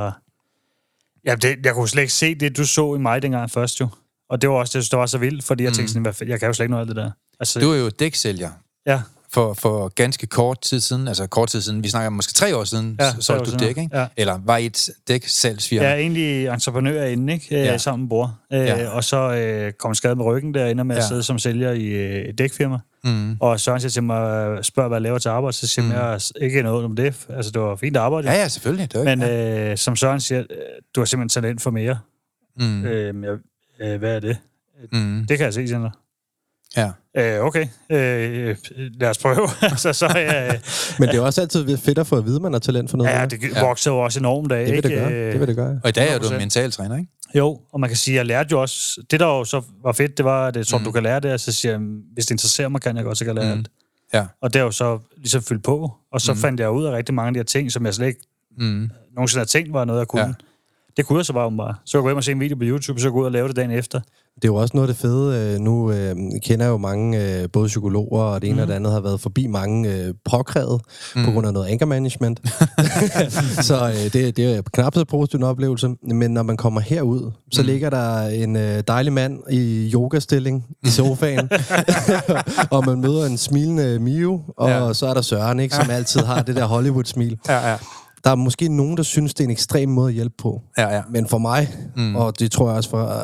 Ja, det, jeg kunne slet ikke se det, du så i mig dengang først jo. Og det var også det, der var så vildt, fordi jeg tænkte sådan, hvad f- jeg kan jo slet ikke noget af det der. Altså, Du er jo dæksælger. Ja, For, for ganske kort tid siden, altså kort tid siden, vi snakker måske tre år siden, Ja, ja, tre år solgte du siden, dæk, ikke? ja. Eller var I et dæksalgsfirma? jeg er egentlig entreprenør inde, ikke? Ja. Ja. Sammen med bror. Øh, Ja. Og så øh, kom skade med ryggen der, ender med at Ja. sidde som sælger i øh, et dækfirma. Mm. Og Søren siger til mig, spørger, hvad jeg laver til arbejde, så siger mm. jeg, ikke noget om det. Altså, det var fint arbejde. Ja, ja, selvfølgelig. Det er Men øh, som Søren siger, øh, du har simpelthen talent for mere. mm. Øh, jeg, øh, hvad er det? Mm. Det kan jeg se, siger Ja. Øh, okay, øh, lad os prøve. så, så, øh, Men det er også altid fedt at få at vide, at man har talent for noget. ja, det vokser jo også enormt af. det vil det ikke? gøre. Øh, Det vil det gøre. Og i dag er du hundrede procent. en mentaltræner, ikke? Jo, og man kan sige, at jeg lærte jo også... Det, der jo så var fedt, det var, at jeg tror, mm. du kan lære det, og så siger jeg, hvis det interesserer mig, kan jeg godt, så kan jeg lære Mm. alt. Ja. Og det er jo så ligesom fyldt på, og så mm. fandt jeg ud af rigtig mange af de her ting, som jeg slet ikke Mm. nogensinde havde tænkt var noget, jeg kunne. Ja. Ja. Det kunne jeg så bare bare. Så jeg gå hjem og se en video på YouTube, så jeg gå ud og lave det dagen efter. Det er jo også noget af det fede. Øh, Nu øh, kender jeg jo mange, øh, både psykologer og det ene mm. og det andet, har været forbi mange øh, påkrævet mm. på grund af noget anger management. så øh, det, det er knap så positiv en oplevelse. Men når man kommer herud, så mm. ligger der en øh, dejlig mand i yogastilling i sofaen, og man møder en smilende Mio, og ja. så er der Søren, ikke, som altid har det der Hollywood-smil. Ja, ja. Der er måske nogen, der synes, det er en ekstrem måde at hjælpe på. Ja, ja. Men for mig, mm. og det tror jeg også for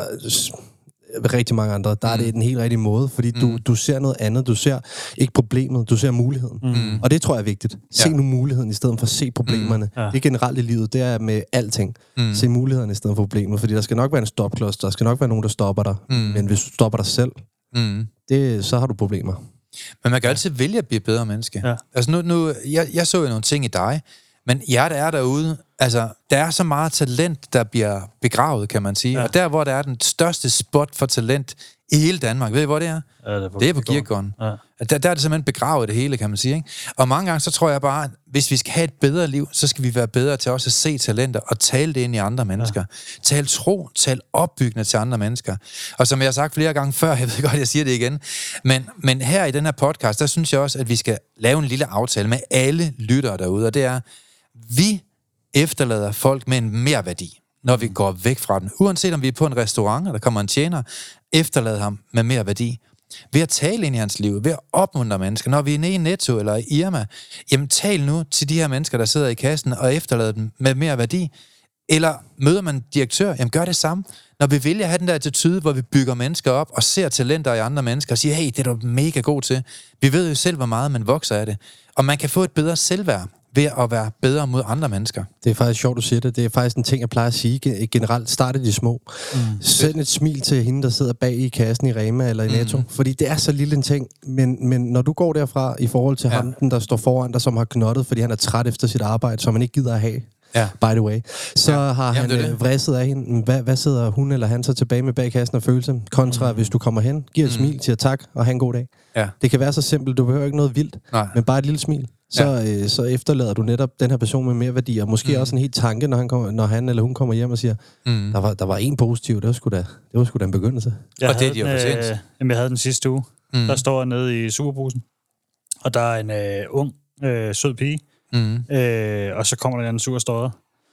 øh, rigtig mange andre, der mm. er det den helt rigtige måde, fordi mm. du, du ser noget andet. Du ser ikke problemet, du ser muligheden. Mm. Og det tror jeg er vigtigt. Se Ja. nu muligheden i stedet for at se problemerne. Mm. Ja. Det er generelt i livet, det er med alting. Mm. Se mulighederne i stedet for problemet, fordi der skal nok være en stopklods, der skal nok være nogen, der stopper dig. Mm. Men hvis du stopper dig selv, Mm. det, så har du problemer. Men man kan altid vælge at blive et bedre menneske. Ja. Altså nu, nu jeg, jeg så jo nogle ting i dig, men jer, der er derude, altså, der er så meget talent, der bliver begravet, kan man sige. Ja. Og der, hvor der er den største spot for talent i hele Danmark, ved I, hvor det er? Ja, det er på, Det er på Kirkegården. Ja. Der, der er det simpelthen begravet det hele, kan man sige. Ikke? Og mange gange, så tror jeg bare, at hvis vi skal have et bedre liv, så skal vi være bedre til også at se talenter og tale det ind i andre mennesker. Ja. Tal tro, tal opbyggende til andre mennesker. Og som jeg har sagt flere gange før, jeg ved godt, jeg siger det igen, men, men her i den her podcast, der synes jeg også, at vi skal lave en lille aftale med alle lyttere derude, og det er, vi efterlader folk med en mere værdi, når vi går væk fra den. Uanset om vi er på en restaurant, og der kommer en tjener, efterlad ham med mere værdi. Ved at tale ind i hans liv, ved at opmuntre mennesker. Når vi er nede i Netto eller i Irma, jamen tal nu til de her mennesker, der sidder i kassen, og efterlad dem med mere værdi. Eller møder man en direktør, jamen gør det samme. Når vi vælger at have den der attitude, hvor vi bygger mennesker op, og ser talenter i andre mennesker, og siger, hey, det er du mega god til. Vi ved jo selv, hvor meget man vokser af det. Og man kan få et bedre selvværd ved at være bedre mod andre mennesker. Det er faktisk sjovt, du siger det. Det er faktisk en ting, jeg plejer at sige generelt. Start i de små. Mm. Send et smil til hende, der sidder bag i kassen i Rema eller i Netto. Mm. Fordi det er så lille en ting. Men, men når du går derfra i forhold til ja. ham, den, der står foran dig, som har knottet, fordi han er træt efter sit arbejde, som han ikke gider at have. ja. By the way. Så ja. har Jamen, han øh, vrisset af hende. Hvad, hvad sidder hun eller han så tilbage med bag kassen og følelse? Kontra, mm. hvis du kommer hen, giver et mm. smil, siger tak og have en god dag. Ja. Det kan være så simpelt, du behøver ikke noget vildt, Nej. men bare et lille smil. Så, ja. øh, så efterlader du netop den her person med mere værdi, og måske mm. også en helt tanke, når han, kommer, når han eller hun kommer hjem og siger, mm. der, var, der var en positiv, det var sgu da, det var sgu da en begyndelse. Jeg og det er de jo øh, jamen, jeg havde den sidste uge. Mm. Der står jeg nede i Superbrusen, og der er en øh, ung, øh, sød pige, mm. øh, og så kommer der en sur støder,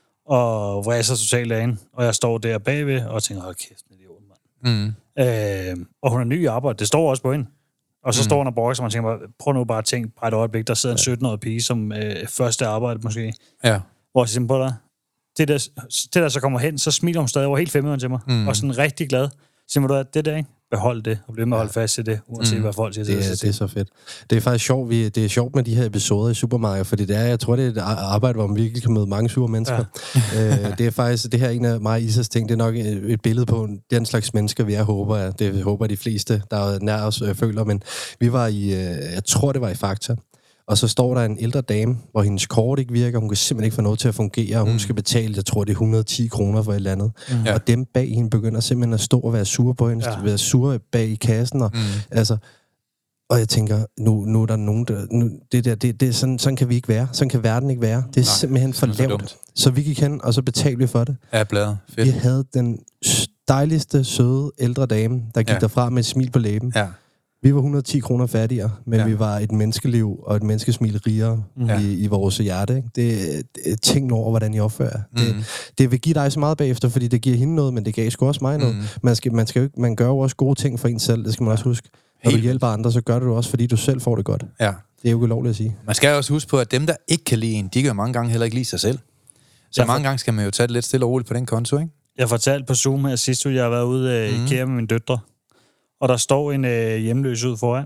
og vræser totalt af hende, og jeg står der bagved, og tænker, hold kæft, en idiot, mand. Mm. Øh, og hun er ny i arbejde, det står også på hende. Og så mm. står hun og brokker, og man tænker, prøv nu bare at tænke bare et øjeblik, der sidder en sytten-årig pige, som øh, første arbejde måske. Ja. Hvor jeg siger på dig, det der, det der så kommer hen, så smiler hun stadig over helt femhundrede til mig, mm. og sådan rigtig glad. Så siger du, at det der, ikke? Behold det, og bliv med at holde fast i det, uanset mm. hvad folk siger til det. Det, det er så fedt. Det er faktisk sjovt, vi, det er sjovt med de her episoder i supermarkedet, fordi det er, jeg tror, det er et arbejde, hvor man virkelig kan møde mange sure mennesker. Ja. øh, det er faktisk, det her er en af mig og Isas ting, det er nok et billede på den slags mennesker, vi er, håber jeg. Det håber de fleste, der er nær os, øh, føler, men vi var i, øh, jeg tror, det var i Fakta. Og så står der en ældre dame, hvor hendes kort ikke virker. Hun kan simpelthen ikke få noget til at fungere. Hun mm. skal betale, jeg tror, det er et hundrede og ti kroner for et eller andet. Mm. Og dem bag hende begynder simpelthen at stå og være sure på hende. Ja. Være sure bag i kassen. Og, mm. altså, og jeg tænker, nu, nu er der nogen, der... Nu, det der, det, det, sådan, sådan kan vi ikke være. Sådan kan verden ikke være. Det er Nej, simpelthen for lavt. For så vi gik hen, og så betalte vi for det. Ja, bladet. Fedt. Vi havde den dejligste, søde, ældre dame, der gik ja. derfra med et smil på læben. Ja. Vi var et hundrede og ti kroner fattigere, men ja. vi var et menneskeliv og et menneskesmil rigere ja. i, i vores hjerte. Ikke? Det, det, tænk over, hvordan I opfører. Mm. Det, det vil give dig så meget bagefter, fordi det giver hende noget, men det gav sgu også mig noget. Mm. Man, skal, man, skal jo ikke, man gør jo også gode ting for en selv, det skal man også huske. Når Helt. du hjælper andre, så gør du det også, fordi du selv får det godt. Ja. Det er jo ikke ulovligt at sige. Man skal jo også huske på, at dem, der ikke kan lide en, de kan jo mange gange heller ikke lide sig selv. Så mange for... gange skal man jo tage det lidt stille og roligt på den konto, ikke? Jeg fortalte på Zoom her sidste uge, jeg har været ude øh, mm. i IKEA med mine døtre, og der står en øh, hjemløs ud foran.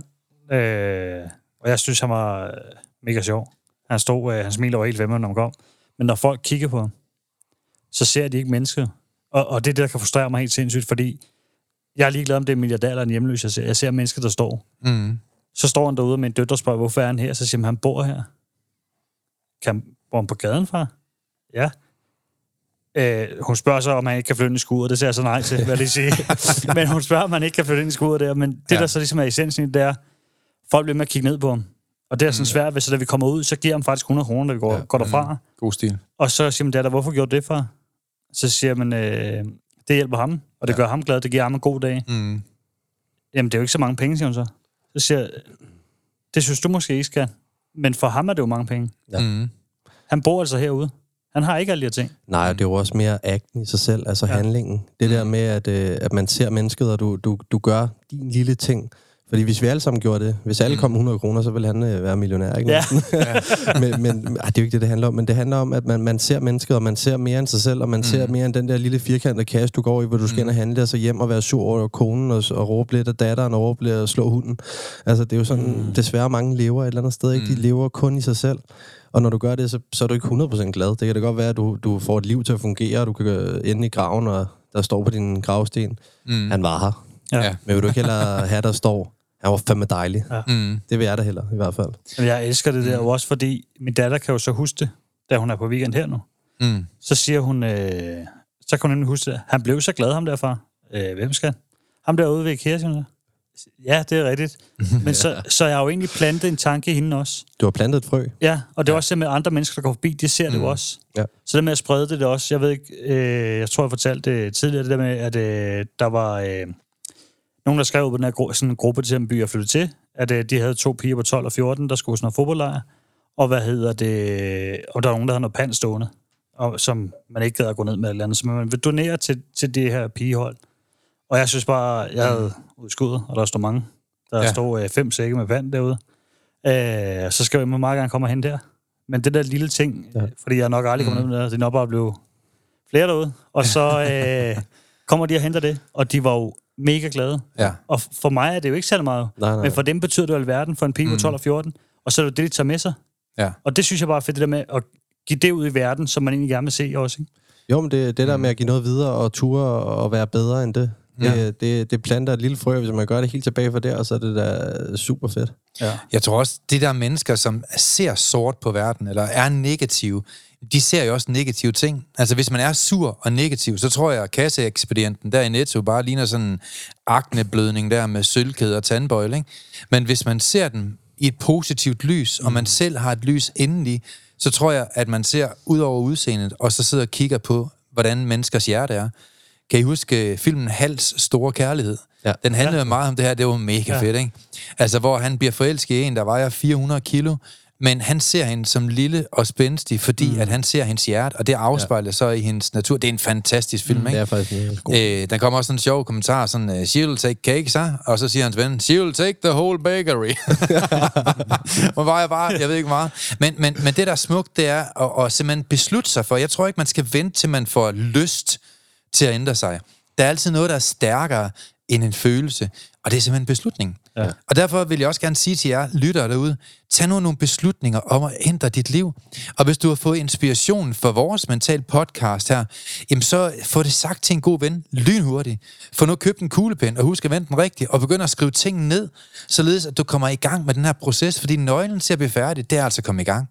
Øh, og jeg synes, han var øh, mega sjov. Han stod, øh, han smiler over helt femmer, når han kom. Men når folk kigger på ham, så ser de ikke mennesker. Og, og det er det, der kan frustrere mig helt sindssygt, fordi jeg er ligeglad om det er en milliardær eller en hjemløs, jeg ser. Jeg ser mennesker, der står. Mm. Så står han derude med en døtter og spørger, hvorfor er han her? Så siger han, han bor her. Kan han, bor han på gaden, far? Ja. Øh, hun spørger så, om han ikke kan flytte ind i skuret. Det siger jeg så nej til, hvad det siger. Men hun spørger, om han ikke kan flytte ind i skuret der. Men det, ja. der så ligesom er essensen i det er, folk bliver med at kigge ned på ham. Og det er sådan mm. svært, hvis da vi kommer ud, så giver ham faktisk hundrede kroner, når vi går, ja. går derfra. Mm. God stil. Og så siger man, der, hvorfor gjorde det for? Så siger man, øh, det hjælper ham, og det ja. gør ham glad, det giver ham en god dag. Mm. Jamen, det er jo ikke så mange penge, siger hun så. Så siger jeg, det synes du måske ikke skal. Men for ham er det jo mange penge. Ja. Mm. Han bor altså herude. Han har ikke alle de her ting. Nej, det er jo også mere akten i sig selv, altså ja. handlingen. Det der med, at, øh, at man ser mennesket, og du, du, du gør din lille ting. Fordi hvis vi alle sammen gjorde det, hvis alle kom hundrede kroner, så ville han øh, være millionær, ikke? Ja. men men ah, det er jo ikke det, det handler om. Men det handler om, at man, man ser mennesket, og man ser mere end sig selv, og man mm. ser mere end den der lille firkantede kasse, du går i, hvor du skal mm. ind og handle, og så hjem og være sur over konen, og, og råbe lidt af datteren, og råbe lidt og slå hunden. Altså, det er jo sådan, mm. desværre mange lever et eller andet sted, ikke? De lever kun i sig selv. Og når du gør det, så, så er du ikke hundrede procent glad. Det kan da godt være, at du, du får et liv til at fungere, og du kan ende i graven, og der står på din gravsten. Mm. Han var her. Ja. Men vil du ikke heller have, der står, han var fandme dejlig. Ja. Mm. Det vil jeg da heller, i hvert fald. Men jeg elsker det der, mm. også fordi min datter kan jo så huske det, da hun er på weekend her nu. Mm. Så siger hun, øh, så kan hun nemlig huske det. Han blev så glad, ham derfra. Øh, hvem skal han? Ham derude ved IKEA, siger hun. Ja, det er rigtigt. Men så, så jeg har jo egentlig plantet en tanke i hende også. Du har plantet et frø? Ja, og det er ja. også med andre mennesker, der går forbi, de ser mm. det jo også. Ja. Så det med at sprede det, det også. Jeg ved ikke, øh, jeg tror, jeg fortalte det tidligere, det der med, at øh, der var øh, nogen, der skrev på den her gru- sådan en gruppe til en by at flytte til, at øh, de havde to piger på tolv og fjorten, der skulle sådan noget fodboldlejr, og hvad hedder det, og der var nogen, der havde noget pand stående, og, som man ikke gad at gå ned med eller andet, så man vil donere til, til det her pigehold. Og jeg synes bare, jeg havde udskuddet, og der stod mange. Der ja. stod øh, fem sække med vand derude. Øh, så skal jeg meget gerne komme hen der. Men det der lille ting, ja. fordi jeg nok aldrig kommer mm. ned med det, det er nok bare blevet flere derude. Og så øh, kommer de og henter det, og de var jo mega glade. Ja. Og for mig er det jo ikke særlig meget. Nej, nej. Men for dem betyder det jo alverden for en pige på mm. tolv og fjorten. Og så er det det, de tager med sig. Ja. Og det synes jeg bare er fedt, det der med at give det ud i verden, som man egentlig gerne vil se også. Ikke? Jo, men det, det der med at give noget videre og ture og være bedre end det, Det, ja. det, det planter et lille frø, hvis man gør det helt tilbage fra der, og så er det da super fedt. Ja. Jeg tror også, det der mennesker, som ser sort på verden, eller er negative, de ser jo også negative ting. Altså, hvis man er sur og negativ, så tror jeg, at kasseekspedienten der i Netto bare ligner sådan en akneblødning der med sølvkæde og tandbøjle, ikke? Men hvis man ser den i et positivt lys, og man selv har et lys indeni, så tror jeg, at man ser ud over udseendet, og så sidder og kigger på, hvordan menneskers hjerte er. Kan I huske filmen Hals store kærlighed? Ja. Den handlede ja. meget om det her, det var mega ja. fedt, ikke? Altså, hvor han bliver forelsket i en, der vejer fire hundrede kilo, men han ser hende som lille og spændstig, fordi mm. at han ser hendes hjerte, og det afspejler ja. så i hendes natur. Det er en fantastisk film, mm. ikke? Det er faktisk god. Øh, den kommer også sådan en sjov kommentar, sådan, she'll take cake, så? Og så siger hans ven, she'll take the whole bakery. Man var jeg bare, jeg ved ikke meget. Men, men, men det, der er smukt, det er at, at simpelthen beslutte sig for. Jeg tror ikke, man skal vente, til man får lyst til at ændre sig. Der er altid noget, der er stærkere end en følelse, og det er simpelthen en beslutning. Ja. Og derfor vil jeg også gerne sige til jer lyttere derude, tag nu nogle beslutninger om at ændre dit liv. Og hvis du har fået inspiration for vores mental podcast her, jamen så få det sagt til en god ven lynhurtigt. Få nu købt en kuglepen, og husk at vende den rigtigt, og begynd at skrive ting ned, således at du kommer i gang med den her proces, fordi nøglen til at blive færdig, det er altså at komme i gang.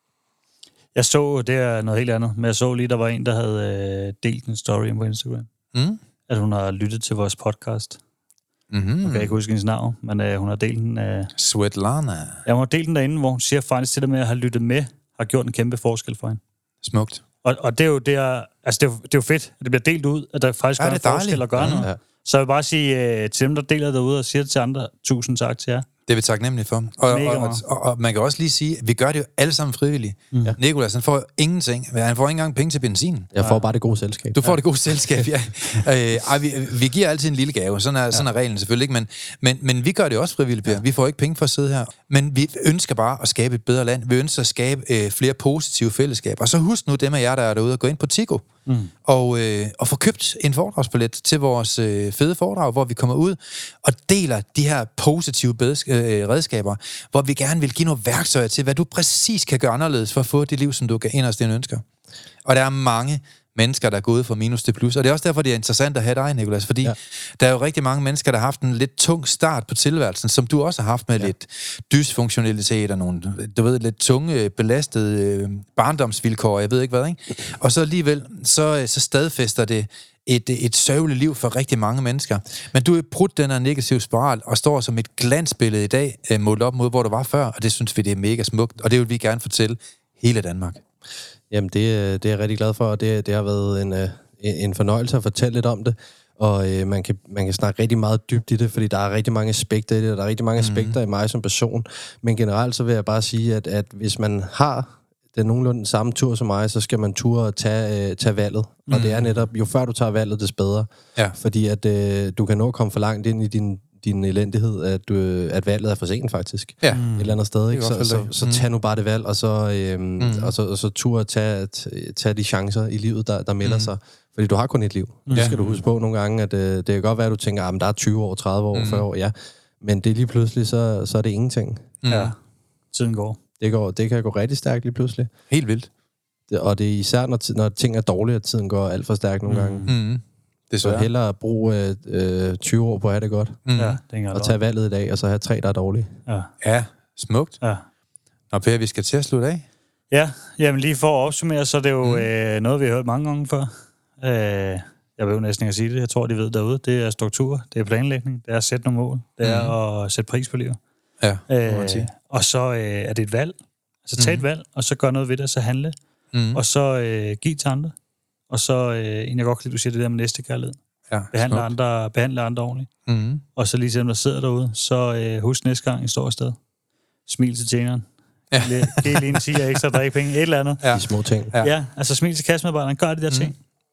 Jeg så, det er noget helt andet, men jeg så lige, der var en, der havde øh, delt en story på Instagram. Mm. At hun har lyttet til vores podcast. Mm-hmm. Jeg kan ikke huske hendes navn, men øh, hun har delt den... Øh... Svetlana. Ja, hun har delt den derinde, hvor hun siger faktisk til det med at have lyttet med, har gjort en kæmpe forskel for hende. Smukt. Og, og det er jo det er, altså det er, det er jo fedt, at det bliver delt ud, at der faktisk ja, gør en forskel og gør ja, noget. Ja. Så jeg vil bare sige øh, til dem, der deler derude og siger det til andre, tusind tak til jer. Det er vi taknemmelige for. Og, og, og, og, og man kan også lige sige, at vi gør det jo alle sammen frivilligt. Mm. Ja. Nicolas, han får ingenting. Han får ikke engang penge til benzin. Jeg får bare det gode selskab. Du får ja. det gode selskab, ja. øh, ej, vi, vi giver altid en lille gave. Sådan er, ja. sådan er reglen selvfølgelig ikke. Men, men, men vi gør det også frivilligt, Per. Ja. Vi får ikke penge for at sidde her. Men vi ønsker bare at skabe et bedre land. Vi ønsker at skabe øh, flere positive fællesskaber. Og så husk nu dem af jer, der er derude, at gå ind på Tigo. Mm. Og, øh, og få købt en foredragsbillet til vores øh, fede foredrag, hvor vi kommer ud og deler de her positive bedsk- øh, redskaber, hvor vi gerne vil give nogle værktøjer til, hvad du præcis kan gøre anderledes for at få det liv, som du kan inderst ind ønsker. Og der er mange mennesker, der er gået fra minus til plus. Og det er også derfor, det er interessant at have dig, Nicolas, fordi ja. der er jo rigtig mange mennesker, der har haft en lidt tung start på tilværelsen, som du også har haft med ja. lidt dysfunktionalitet og nogle, du ved, lidt tunge, belastede øh, barndomsvilkår, jeg ved ikke hvad, ikke? Og så alligevel, så, så stadfæster det et, et sørgeligt liv for rigtig mange mennesker. Men du har brudt den her negative spiral og står som et glansbillede i dag, øh, målt op mod, hvor du var før, og det synes vi, det er mega smukt, og det vil vi gerne fortælle hele Danmark. Jamen, det, det er jeg rigtig glad for, og det, det har været en, en fornøjelse at fortælle lidt om det. Og øh, man, kan, man kan snakke rigtig meget dybt i det, fordi der er rigtig mange aspekter i det, og der er rigtig mange aspekter mm. i mig som person. Men generelt så vil jeg bare sige, at, at hvis man har den nogenlunde samme tur som mig, så skal man ture at tage, øh, tage valget. Mm. Og det er netop, jo før du tager valget, des bedre. Ja. Fordi at øh, du kan nå at komme for langt ind i din din elendighed, at, du, at valget er for sent, faktisk. Ja. Et eller andet sted, ikke? Så, så, så tag nu bare det valg, og så, øhm, mm. og så, og så tur at tage, tage de chancer i livet, der, der melder mm. sig. Fordi du har kun et liv. Mm. Det skal du huske på nogle gange, at øh, det kan godt være, at du tænker, at ah, der er tyve år, tredive år, mm. fyrre år, ja. Men det lige pludselig, så, så er det ingenting. Mm. Ja, tiden går. Det, går. det kan gå rigtig stærkt lige pludselig. Helt vildt. Det, og det er især, når, t- når ting er dårlige, at tiden går alt for stærkt nogle gange. Mm. Så hellere bruge øh, tyve år på at have det godt. Mm. Ja, det og tage valget i dag, og så have tre, der er dårlige. Ja, ja, smukt. Ja. Nå, Per, vi skal til at slutte af. Ja, jamen lige for at opsummere, så er det jo mm. øh, noget, vi har hørt mange gange før. Øh, jeg vil jo næsten ikke sige det. Jeg tror, de ved derude. Det er struktur, det er planlægning, det er at sætte nogle mål, det er mm. at sætte pris på livet. Ja, øh, og så øh, er det et valg. Altså tag mm. et valg, og så gør noget ved det, så handle. Mm. Og så øh, giv til andre. Og så, øh, en jeg godt kan lide, du siger det der med næstekærlighed. Ja, behandle, andre, behandle andre ordentligt. Mm-hmm. Og så lige til dem, der sidder derude, så øh, husk næste gang, I står afsted. Smil til tjeneren. Ja. Giv lige en tiger ekstra, drikke penge, et eller andet. Ja. De små ting. Ja, ja, altså smil til kassemedarbejderen, gør de der mm. ting.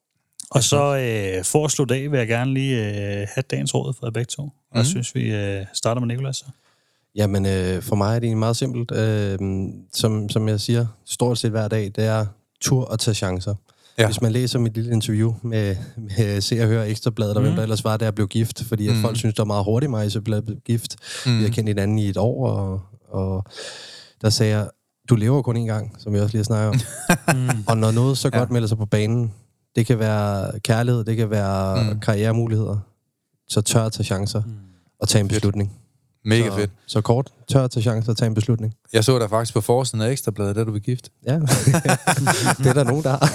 Og så øh, for at slutte af, vil jeg gerne lige øh, have dagens råd for jer begge to. Og mm. jeg synes, vi øh, starter med Nicolas. Så. Jamen, øh, for mig er det meget simpelt. Øh, som, som jeg siger, stort set hver dag, det er tur og tage chancer. Ja. Hvis man læser mit lille interview med, med Se og Høre Ekstrabladet, og mm. hvem der ellers var, der blev gift, fordi at mm. folk synes, der var meget hurtigt mig, så blev jeg gift. Mm. Vi har kendt hinanden i et år, og, og der sagde jeg, du lever kun en gang, som vi også lige har snakket om. mm. Og når noget så godt ja. melder sig på banen, det kan være kærlighed, det kan være mm. karrieremuligheder, så tør at tage chancer mm. og tage en beslutning. Mega så, fedt. Så kort, tør at tage chancer og tage en beslutning. Jeg så dig faktisk på forsiden af Ekstrabladet, da du blev gift. Ja, det er der nogen, der har.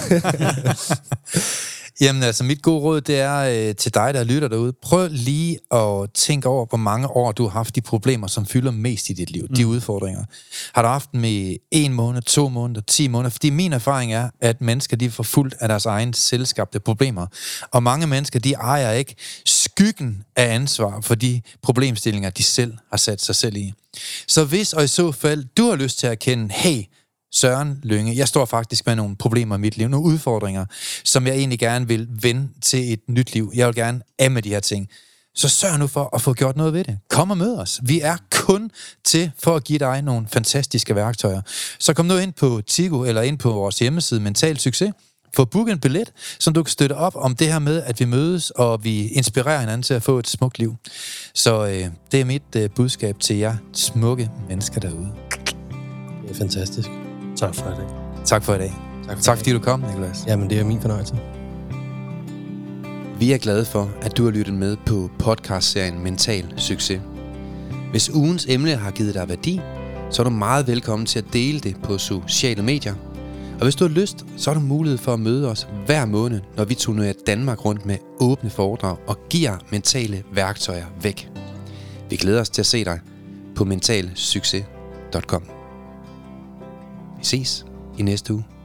Jamen altså, mit gode råd, det er øh, til dig, der lytter derude. Prøv lige at tænke over, hvor mange år du har haft de problemer, som fylder mest i dit liv. Mm. De udfordringer. Har du haft dem i en måned, to måneder, ti måneder? Fordi min erfaring er, at mennesker, de er forfulgt af deres egen selvskabte problemer. Og mange mennesker, de ejer ikke skyggen af ansvar for de problemstillinger, de selv har sat sig selv i. Så hvis og i så fald, du har lyst til at erkende, hey, Søren Lynge, jeg står faktisk med nogle problemer i mit liv, nogle udfordringer, som jeg egentlig gerne vil vende til et nyt liv. Jeg vil gerne af med de her ting. Så sørg nu for at få gjort noget ved det. Kom og mød os. Vi er kun til for at give dig nogle fantastiske værktøjer. Så kom nu ind på Tigo eller ind på vores hjemmeside Mental Succes. Få booket en billet, som du kan støtte op om det her med, at vi mødes, og vi inspirerer hinanden til at få et smukt liv. Så øh, det er mit øh, budskab til jer smukke mennesker derude. Det er fantastisk. Tak for i dag. Tak for i dag. Tak, for tak fordi du kom, Nicholas. Jamen, det er min fornøjelse. Vi er glade for, at du har lyttet med på podcastserien Mental Succes. Hvis ugens emne har givet dig værdi, så er du meget velkommen til at dele det på sociale medier. Og hvis du har lyst, så har du mulighed for at møde os hver måned, når vi turnerer Danmark rundt med åbne foredrag og giver mentale værktøjer væk. Vi glæder os til at se dig på mental succes punktum com. Vi ses i næste uge.